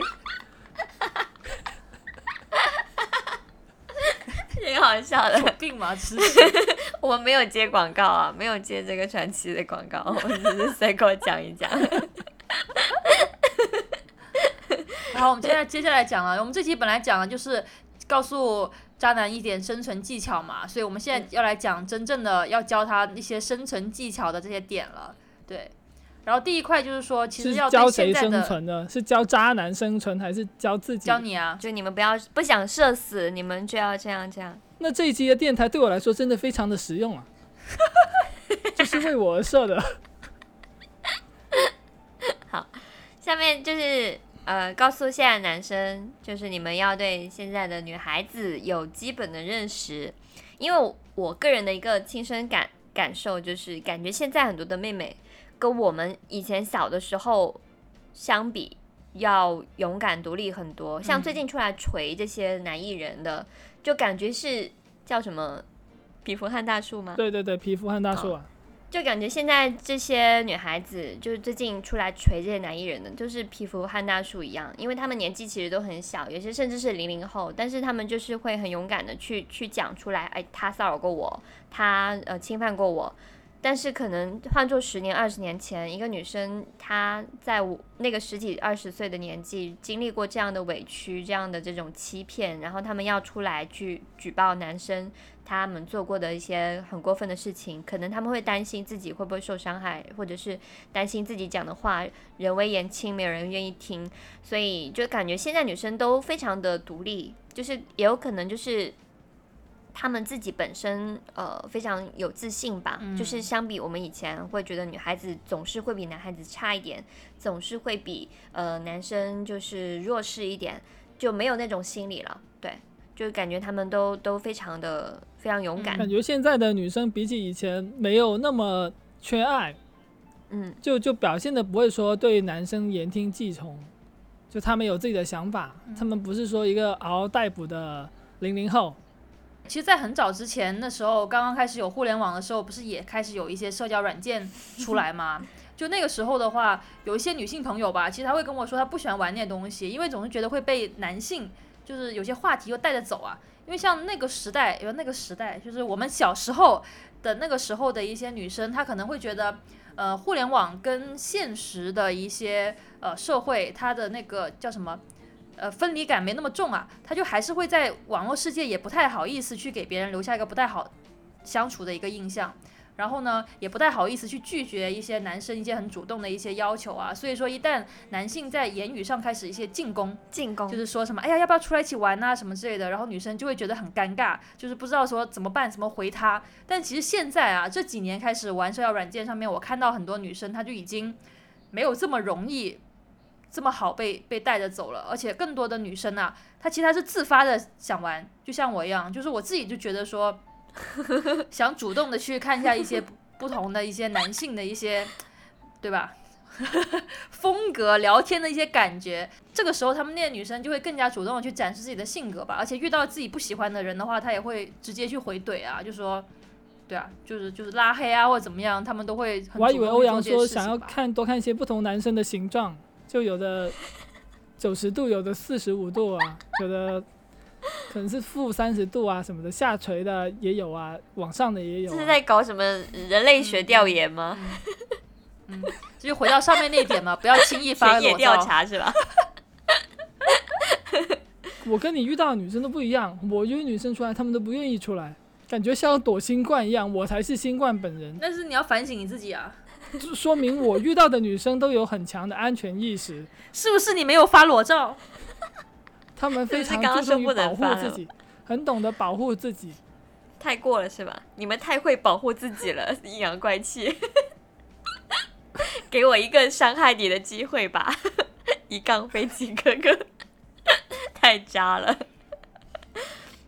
挺好笑的， 有病吗？吃我们没有接广告啊，没有接这个传奇的广告，我只是随口讲一讲。 好，我们接下来接下来讲了，我们这期本来讲的就是告诉渣男一点生存技巧嘛，所以我们现在要来讲真正的要教他一些生存技巧的这些点了，对。然后第一块就是说，其实要对现在的， 是教谁生存的？是教渣男生存，还是教自己？ 教你啊， 就你们不要不想社死，你们就要这样这样。 那这一期的电台对我来说真的非常的实用啊，就是为我而设的。 好，下面就是呃，告诉现在的男生，就是你们要对现在的女孩子有基本的认识，因为我个人的一个亲身感感受就是，感觉现在很多的妹妹跟我们以前小的时候相比，要勇敢独立很多。像最近出来锤这些男艺人的，嗯、就感觉是叫什么皮肤汉大树吗？ 对对对，皮肤汉大树啊。哦， 就感觉现在这些女孩子，就是最近出来锤这些男艺人的，就是皮肤汉大树一样，因为他们年纪其实都很小，有些甚至是零零后，但是他们就是会很勇敢的去去讲出来，哎，他骚扰过我，他呃侵犯过我。但是可能换做十年、二十年前，一个女生她在那个十几、二十岁的年纪，经历过这样的委屈、这样的这种欺骗，然后他们要出来去举报男生他们做过的一些很过分的事情，可能他们会担心自己会不会受伤害，或者是担心自己讲的话人微言轻，没有人愿意听，所以就感觉现在女生都非常的独立，就是也有可能就是他们自己本身呃非常有自信吧、嗯、就是相比我们以前会觉得女孩子总是会比男孩子差一点，总是会比呃男生就是弱势一点，就没有那种心理了，对，就感觉他们都都非常的非常勇敢、 嗯、感觉现在的女生比起以前没有那么缺爱， 嗯， 就就表现的不会说对男生言听计从，就他们有自己的想法、嗯、他们不是说一个嗷嗷待哺的零零后。 其实在很早之前那时候刚刚开始有互联网的时候，不是也开始有一些社交软件出来吗？就那个时候的话，有一些女性朋友吧，其实她会跟我说她不喜欢玩那些东西，因为总是觉得会被男性就是有些话题又带着走啊。因为像那个时代有那个时代就是我们小时候的那个时候的一些女生，她可能会觉得呃互联网跟现实的一些呃社会它的那个叫什么呃，分离感没那么重啊，他就还是会在网络世界也不太好意思去给别人留下一个不太好相处的一个印象，然后呢，也不太好意思去拒绝一些男生一些很主动的一些要求啊，所以说一旦男性在言语上开始一些进攻， 进攻就是说什么，哎呀，要不要出来一起玩啊什么之类的，然后女生就会觉得很尴尬，就是不知道说怎么办，怎么回他。但其实现在啊，这几年开始玩社交软件上面，我看到很多女生，她就已经没有这么容易。这么好被被带着走了，而且更多的女生啊，她其实她是自发的想玩，就像我一样，就是我自己就觉得说，想主动的去看一下一些不同的一些男性的一些，对吧？风格聊天的一些感觉，这个时候他们那些女生就会更加主动的去展示自己的性格吧，而且遇到自己不喜欢的人的话，她也会直接去回怼啊，就说。对啊，就是就是拉黑啊或者怎么样，他们都会很主动去做这些事情吧。 我还以为欧阳说想要看多看一些不同男生的形状。就有的九十度，有的四十五度啊，有的可能是负三十度啊什么的，下垂的也有啊，往上的也有、啊。 这是在搞什么人类学调研吗？ 嗯，嗯这就回到上面那一点嘛，不要轻易发裸照。 田野调查是吧？ 我跟你遇到的女生都不一样，我约女生出来，她们都不愿意出来，感觉像躲新冠一样，我才是新冠本人。 但是你要反省你自己啊。 说明我遇到的女生都有很强的安全意识， 是不是你没有发裸照？ 她们非常注重于保护自己，很懂得保护自己。 太过了是吧？你们太会保护自己了，阴阳怪气。给我一个伤害你的机会吧，一杠飞机哥哥，太渣了。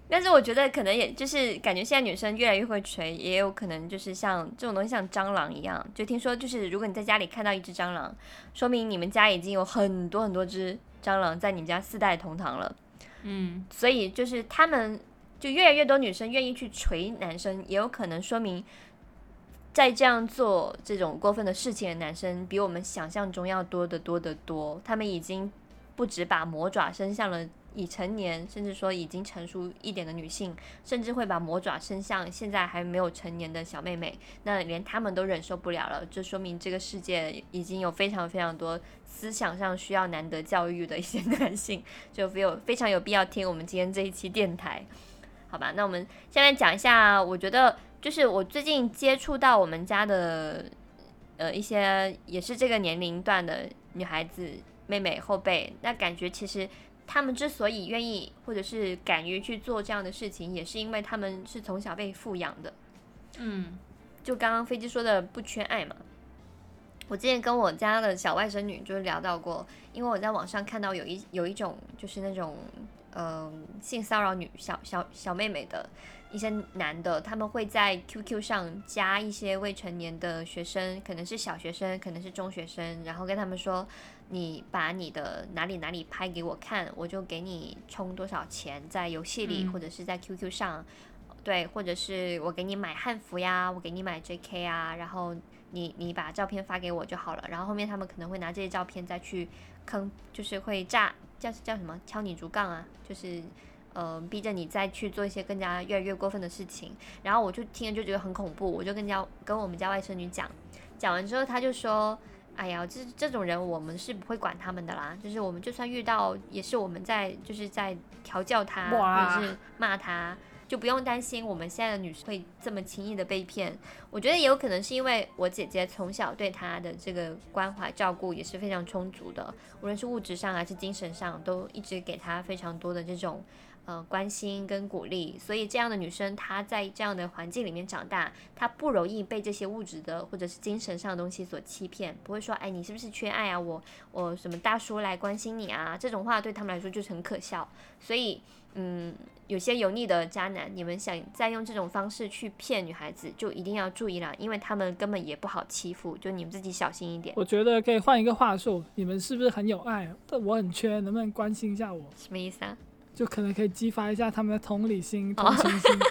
但是我觉得可能也就是感觉现在女生越来越会锤，也有可能就是像这种东西像蟑螂一样，就听说就是如果你在家里看到一只蟑螂，说明你们家已经有很多很多只蟑螂在你们家四代同堂了。 嗯， 所以就是他们就越来越多女生愿意去锤男生，也有可能说明在这样做这种过分的事情的男生比我们想象中要多得多得多，他们已经不止把魔爪伸向了已成年甚至说已经成熟一点的女性，甚至会把魔爪伸向现在还没有成年的小妹妹，那连他们都忍受不了了，这说明这个世界已经有非常非常多思想上需要难得教育的一些男性，就非有非常有必要听我们今天这一期电台。好吧，那我们现在讲一下，我觉得就是我最近接触到我们家的呃一些也是这个年龄段的女孩子妹妹后辈，那感觉其实他们之所以愿意或者是敢于去做这样的事情，也是因为他们是从小被富养的。 嗯， 就刚刚飞机说的不缺爱嘛，我之前跟我家的小外甥女就是聊到过，因为我在网上看到有一有一种就是那种呃性骚扰女小小小妹妹的一些男的，他们会在 Q Q 上加一些未成年的学生，可能是小学生，可能是中学生，然后跟他们说，你把你的哪里哪里拍给我看，我就给你充多少钱，在游戏里、嗯、或者是在 Q Q 上，对，或者是我给你买汉服呀，我给你买 J K 啊，然后你你把照片发给我就好了，然后后面他们可能会拿这些照片再去坑，就是会炸叫叫什么敲你竹杠啊，就是呃逼着你再去做一些更加越来越过分的事情。然后我就听了就觉得很恐怖，我就跟家跟我们家外甥女讲，讲完之后他就说，哎呀，这这种人我们是不会管他们的啦，就是我们就算遇到也是我们在就是在调教他或者是骂他，就不用担心我们现在的女生会这么轻易的被骗。我觉得也有可能是因为我姐姐从小对她的这个关怀照顾也是非常充足的，无论是物质上还是精神上都一直给她非常多的这种呃关心跟鼓励，所以这样的女生她在这样的环境里面长大，她不容易被这些物质的或者是精神上的东西所欺骗，不会说哎你是不是缺爱啊，我我什么大叔来关心你啊，这种话对他们来说就是很可笑。所以嗯，有些油腻的渣男，你们想再用这种方式去骗女孩子，就一定要注意了，因为他们根本也不好欺负，就你们自己小心一点。 我觉得可以换一个话术，你们是不是很有爱？但我很缺，能不能关心一下我？ 什么意思啊？ 就可能可以激发一下他们的同理心、同情心。哦、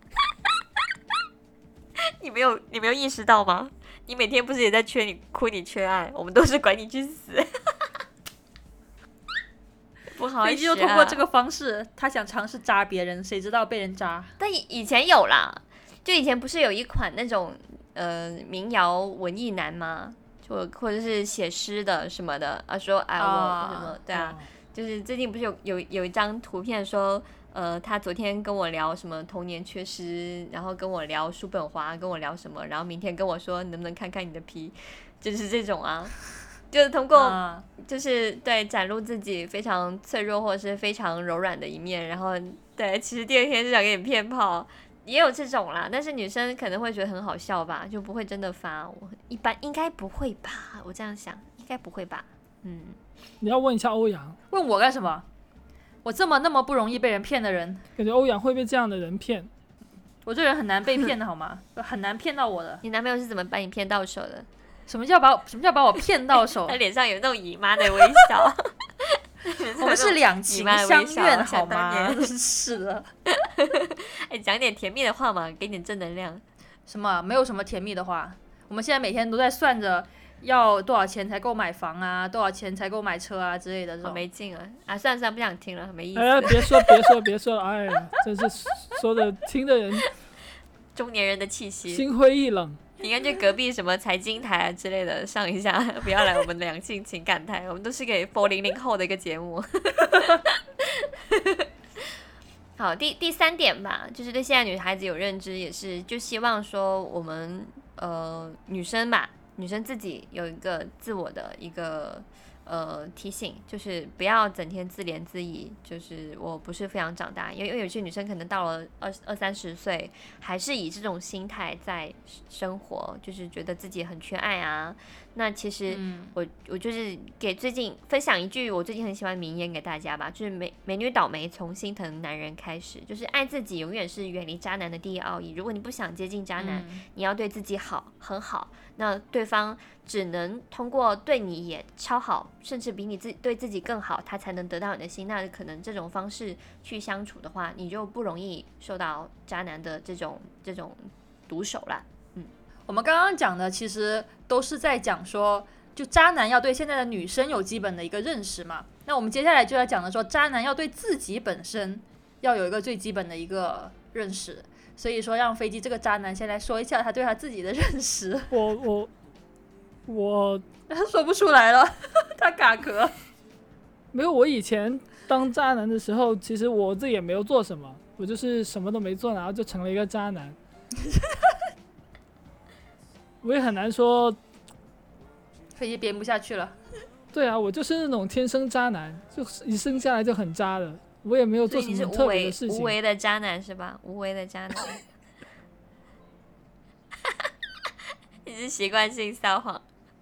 你没有，你没有意识到吗？你每天不是也在缺你哭，你缺爱，我们都是管你去死。不好意思、啊， 就通过这个方式，他想尝试扎别人，谁知道被人扎。 但以前有啦，就以前不是有一款那种呃民谣文艺男吗？就或者是写诗的什么的啊，说哎我什么对啊，就是最近不是有有有一张图片说，呃他昨天跟我聊什么童年缺失，然后跟我聊叔本华，跟我聊什么，然后明天跟我说你能不能看看你的皮，就是这种啊。就是通过，就是对展露自己非常脆弱或者是非常柔软的一面，然后对，其实第二天是想给你骗炮，也有这种啦。但是女生可能会觉得很好笑吧，就不会真的发。我一般应该不会吧，我这样想，应该不会吧。嗯， 你要问一下欧阳， 问我干什么？我这么那么不容易被人骗的人， 感觉欧阳会被这样的人骗。 我这人很难被骗的好吗？很难骗到我的。 你男朋友是怎么把你骗到手的？ 什么叫把什么叫把我骗到手？ 他脸上有那种姨妈的微笑。 我们是两情相悦好吗？是的。 哎，讲点甜蜜的话嘛，给点正能量。 什么？没有什么甜蜜的话。我们现在每天都在算着要多少钱才够买房啊，多少钱才够买车啊之类的这种。 好没劲啊！啊，算了算了，不想听了，没意思。 哎，别说别说别说了，哎呀，真是说的听的人中年人的气息， 心灰意冷。 你应该去隔壁什么财经台啊之类的上一下，不要来我们两性情感台，我们都是给 for 零零后的一个节目。好，第第三点吧，就是对现在女孩子有认知，也是就希望说我们呃女生吧，女生自己有一个自我的一个呃提醒，就是不要整天自怜自艾，就是我不是非常长大，因为因为有些女生可能到了二二三十岁，还是以这种心态在生活，就是觉得自己很缺爱啊， 那其实我、嗯、我就是给最近分享一句我最近很喜欢名言给大家吧，就是美美女倒霉从心疼男人开始，就是爱自己永远是远离渣男的第一奥义。如果你不想接近渣男、嗯、你要对自己好，很好，那对方只能通过对你也超好，甚至比你自对自己更好，他才能得到你的心。那可能这种方式去相处的话，你就不容易受到渣男的这种这种毒手啦。嗯， 我们刚刚讲的其实都是在讲说，就渣男要对现在的女生有基本的一个认识嘛。那我们接下来就要讲的说，渣男要对自己本身要有一个最基本的一个认识。所以说，让飞机这个渣男先来说一下他对他自己的认识。 我我我他说不出来了，他卡壳。 没有，我以前当渣男的时候，其实我自己也没有做什么，我就是什么都没做，然后就成了一个渣男。我也很难说， 飞机编不下去了。 对啊，我就是那种天生渣男，就一生下来就很渣的。我也没有做什么特别的事情。 无为的渣男是吧？无为的渣男。你是习惯性撒谎。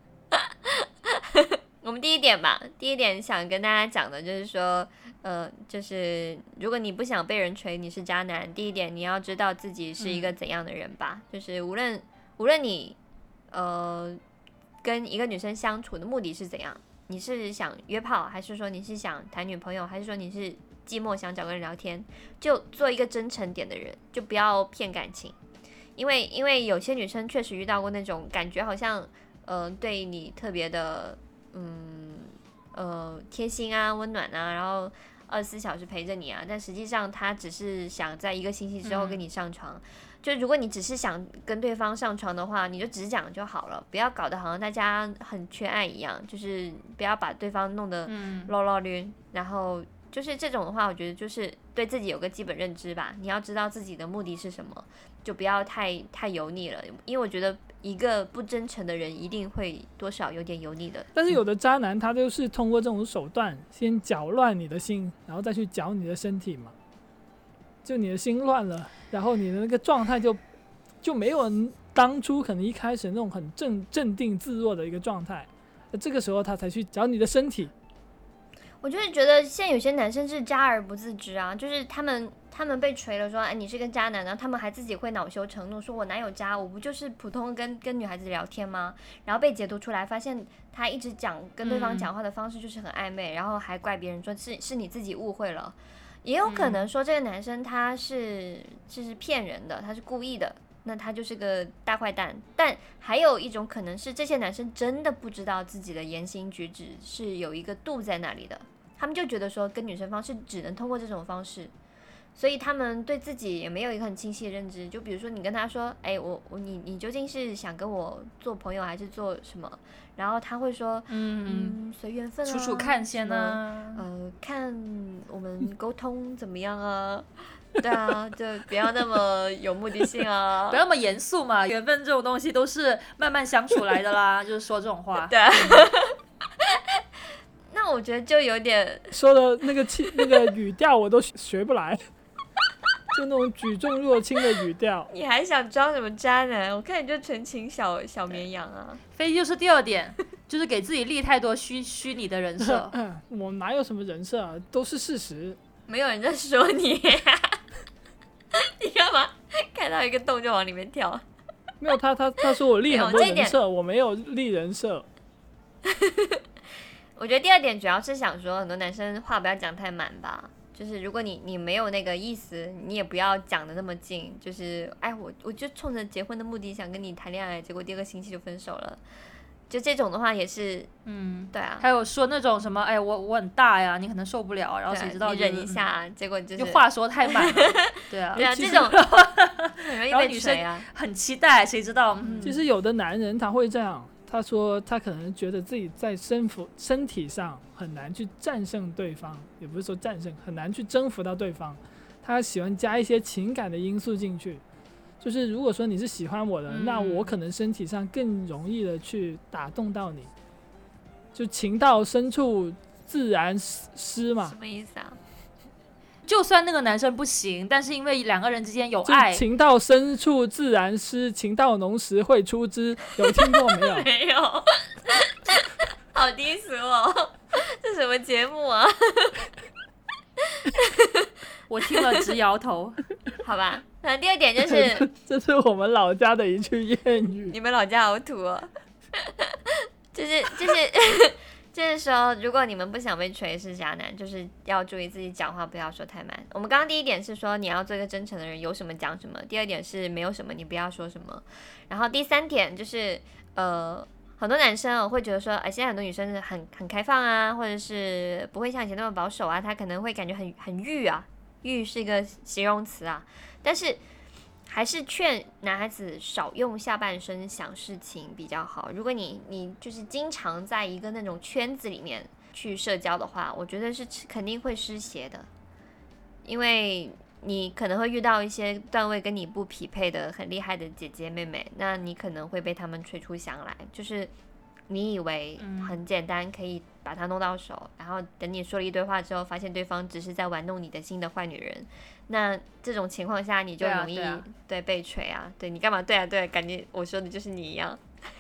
我们第一点吧，第一点想跟大家讲的就是说，呃，就是如果你不想被人锤你是渣男，第一点你要知道自己是一个怎样的人吧。嗯、就是无论无论你呃跟一个女生相处的目的是怎样，你是想约炮，还是说你是想谈女朋友，还是说你是寂寞想找个人聊天，就做一个真诚点的人，就不要骗感情。因为因为有些女生确实遇到过那种感觉好像呃对你特别的嗯呃贴心啊温暖啊，然后二十四小时陪着你啊，但实际上她只是想在一个星期之后跟你上床、嗯、就如果你只是想跟对方上床的话，你就只讲就好了，不要搞得好像大家很缺爱一样，就是不要把对方弄得落落绿、嗯、然后就是这种的话，我觉得就是对自己有个基本认知吧，你要知道自己的目的是什么，就不要太太油腻了，因为我觉得一个不真诚的人一定会多少有点油腻的。 但是有的渣男他就是通过这种手段先搅乱你的心，然后再去搅你的身体嘛，就你的心乱了，然后你的那个状态就就没有当初可能一开始那种很镇镇定自若的一个状态，这个时候他才去搅你的身体。 我就是觉得现在有些男生是渣而不自知啊，就是他们他们被锤了说，哎，你是个渣男，然后他们还自己会恼羞成怒，说我哪有渣，我不就是普通跟跟女孩子聊天吗？然后被解读出来，发现他一直讲跟对方讲话的方式就是很暧昧，嗯、然后还怪别人说是是你自己误会了，也有可能说这个男生他是就是骗人的，他是故意的。那他就是个大坏蛋，但还有一种可能是这些男生真的不知道自己的言行举止是有一个度在那里的，他们就觉得说跟女生方式只能通过这种方式，所以他们对自己也没有一个很清晰的认知。就比如说你跟他说，哎，我我你你究竟是想跟我做朋友还是做什么？然后他会说，嗯，随缘分啊， 处处看先啊， 呃，看我们沟通怎么样啊。对啊，就不要那么有目的性啊， 不要那么严肃嘛。缘分这种东西都是慢慢相处来的啦，就是说这种话。 对、啊那我觉得就有点说的那个气那个语调我都学不来，就那种举重若轻的语调。 你还想装什么渣男？我看你就纯情小小绵羊啊。 飞机就是第二点，就是给自己立太多虚虚拟的人设。 我哪有什么人设啊，都是事实。 没有人在说你。你干嘛看到一个洞就往里面跳？ 没有，他他他说我立很多人设，我没有立人设。 我觉得第二点主要是想说，很多男生话不要讲太满吧。就是如果你你没有那个意思，你也不要讲的那么近。就是哎，我我就冲着结婚的目的想跟你谈恋爱，结果第二个星期就分手了。就这种的话也是，嗯，对啊。 还有说那种什么，哎，我我很大呀，你可能受不了，然后谁知道、 就是、你忍一下，嗯、结果就是就话说太满了，对啊， 对啊，这种很容易被锤啊。 很期待，谁知道？嗯、 其实有的男人他会这样，他说他可能觉得自己在身服身体上很难去战胜对方，也不是说战胜，很难去征服到对方，他喜欢加一些情感的因素进去。就是如果说你是喜欢我的、嗯、那我可能身体上更容易的去打动到你，就情到深处自然湿嘛。 什么意思啊？ 就算那个男生不行，但是因为两个人之间有爱， 情到深处自然湿，情到浓时会出汁，有听过没有？ 没有。 好低俗哦，这什么节目啊？ 我听了直摇头。 好吧，那第二点就是这是我们老家的一句谚语。 你们老家好土哦。就是就是就是说，如果你们不想被锤是渣男，就是要注意自己讲话不要说太慢。我们刚刚第一点是说你要做一个真诚的人，有什么讲什么。第二点是没有什么你不要说什么。然后第三点就是呃。很多男生、哦、会觉得说，哎，现在很多女生是很很开放啊，或者是不会像以前那么保守啊，他可能会感觉很很欲啊，欲是一个形容词啊，但是还是劝男孩子少用下半身想事情比较好。如果你你就是经常在一个那种圈子里面去社交的话，我觉得是肯定会失协的，因为你可能会遇到一些段位跟你不匹配的很厉害的姐姐妹妹，那你可能会被他们吹出翔来，就是你以为很简单可以把它弄到手、嗯、然后等你说了一堆话之后发现对方只是在玩弄你的新的坏女人，那这种情况下你就容易 对,、啊对, 啊、对被锤啊。对，你干嘛对啊对啊，感觉我说的就是你一样。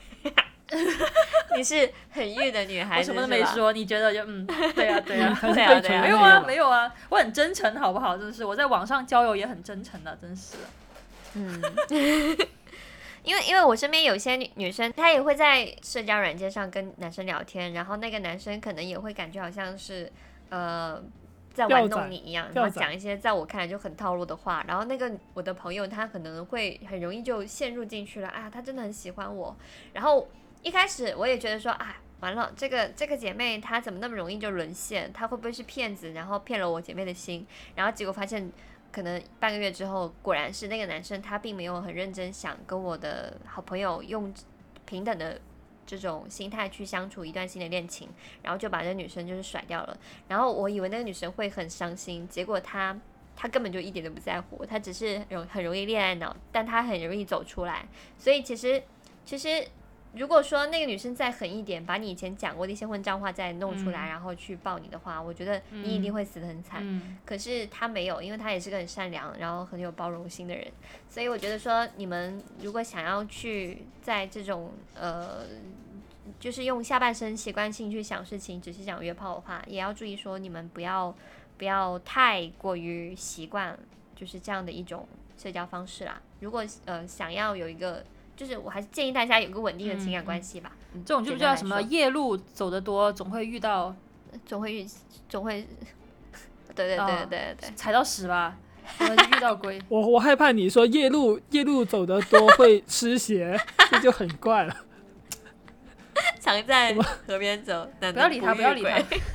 你是很欲的女孩子， 我什么都没说，你觉得就嗯，对啊对啊对啊对啊， 没有啊没有啊，我很真诚好不好？真是我在网上交友也很真诚的，真是。 嗯，因为因为我身边有些女女生，她也会在社交软件上跟男生聊天，然后那个男生可能也会感觉好像是呃在玩弄你一样，然后讲一些在我看来就很套路的话，然后那个我的朋友他可能会很容易就陷入进去了，啊，他真的很喜欢我，然后。一开始我也觉得说，啊，完了，这个这个姐妹她怎么那么容易就沦陷？她会不会是骗子？然后骗了我姐妹的心？然后结果发现，可能半个月之后，果然是那个男生他并没有很认真想跟我的好朋友用平等的这种心态去相处一段新的恋情，然后就把这女生就是甩掉了。然后我以为那个女生会很伤心，结果她她根本就一点都不在乎，她只是容很容易恋爱脑，但她很容易走出来。所以其实其实。如果说那个女生再狠一点，把你以前讲过的一些混账话再弄出来、嗯、然后去抱你的话，我觉得你一定会死得很惨、嗯、可是她没有，因为她也是个很善良然后很有包容心的人，所以我觉得说你们如果想要去在这种呃就是用下半身习惯性去想事情，只是想约炮的话，也要注意说你们不要不要太过于习惯就是这样的一种社交方式啦。如果呃想要有一个就是我还是建议大家有个稳定的情感关系吧、嗯、 这种就叫什么夜路走得多总会遇到总会遇总会对对对对对对、哦、 踩到屎吧遇到龟我我害怕你说夜路夜路走得多会湿鞋这就很怪了。 常在河边走不要理他不要理他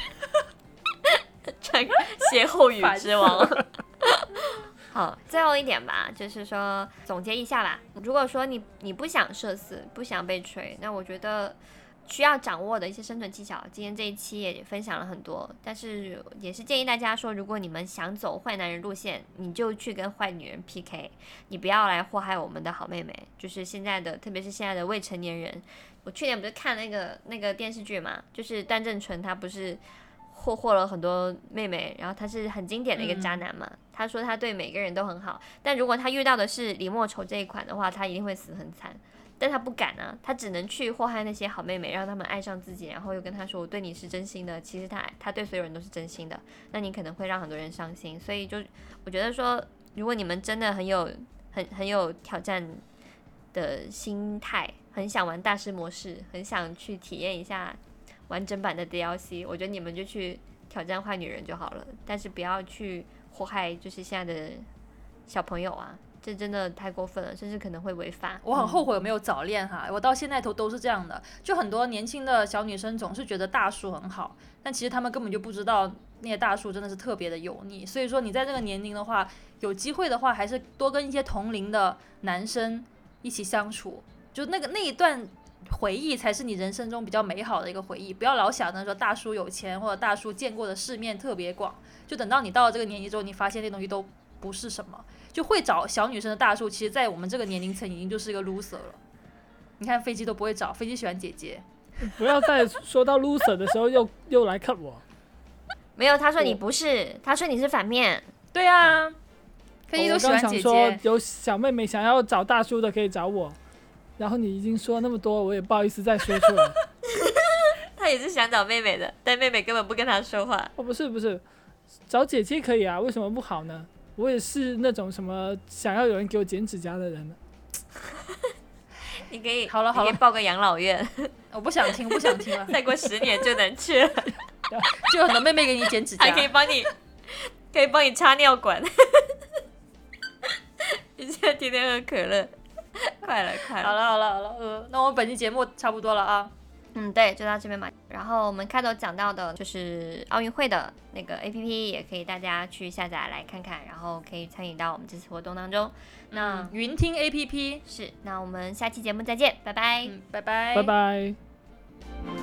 歇后语之王。好，最后一点吧，就是说总结一下吧。如果说你你不想社死，不想被锤，那我觉得需要掌握的一些生存技巧，今天这一期也分享了很多，但是也是建议大家说，如果你们想走坏男人路线，你就去跟坏女人 P K， 你不要来祸害我们的好妹妹，就是现在的，特别是现在的未成年人。我去年不是看那个那个电视剧嘛，就是段正淳他不是霍霍了很多妹妹，然后他是很经典的一个渣男嘛、嗯、他说他对每个人都很好，但如果他遇到的是李莫愁这一款的话，他一定会死很惨，但他不敢啊，他只能去祸害那些好妹妹，让他们爱上自己，然后又跟他说我对你是真心的，其实他他对所有人都是真心的，那你可能会让很多人伤心。所以就我觉得说，如果你们真的很有很很有挑战的心态，很想玩大师模式，很想去体验一下完整版的 D L C， 我觉得你们就去挑战坏女人就好了，但是不要去祸害就是现在的小朋友啊，这真的太过分了，甚至可能会违法。 我很后悔我没有早恋哈、嗯、我到现在都都是这样的，就很多年轻的小女生总是觉得大叔很好，但其实他们根本就不知道那些大叔真的是特别的油腻。所以说你在这个年龄的话，有机会的话还是多跟一些同龄的男生一起相处，就那个那一段回忆才是你人生中比较美好的一个回忆，不要老想着说大叔有钱或者大叔见过的世面特别广，就等到你到了这个年纪之后，你发现这东西都不是什么，就会找小女生的大叔，其实在我们这个年龄层已经就是一个 loser 了。你看飞机都不会找，飞机喜欢姐姐。 不要在说到 loser 的时候又又来看我。 没有，他说你不是，他说你是反面。 对啊，飞机都喜欢姐姐。 我刚想说有小妹妹想要找大叔的可以找我，然后你已经说那么多，我也不好意思再说出来。 他也是想找妹妹的，但妹妹根本不跟他说话。 哦，不是不是，找姐姐可以啊，为什么不好呢？我也是那种什么想要有人给我剪指甲的人呢。 你可以好了好了， 你可以报个养老院。 我不想听，不想听了。 再过十年就能去了， 就有很多妹妹给你剪指甲， 还可以帮你，可以帮你插尿管。你现在天天喝可乐，快了快了。 好了好了好了，呃，那我们本期节目差不多了啊。 嗯，对，就到这边嘛。然后我们开头讲到的就是奥运会的那个 A P P， 也可以大家去下载来看看，然后可以参与到我们这次活动当中。那、 嗯、云听 A P P 是，那我们下期节目再见，拜拜。 嗯，拜拜， 拜拜。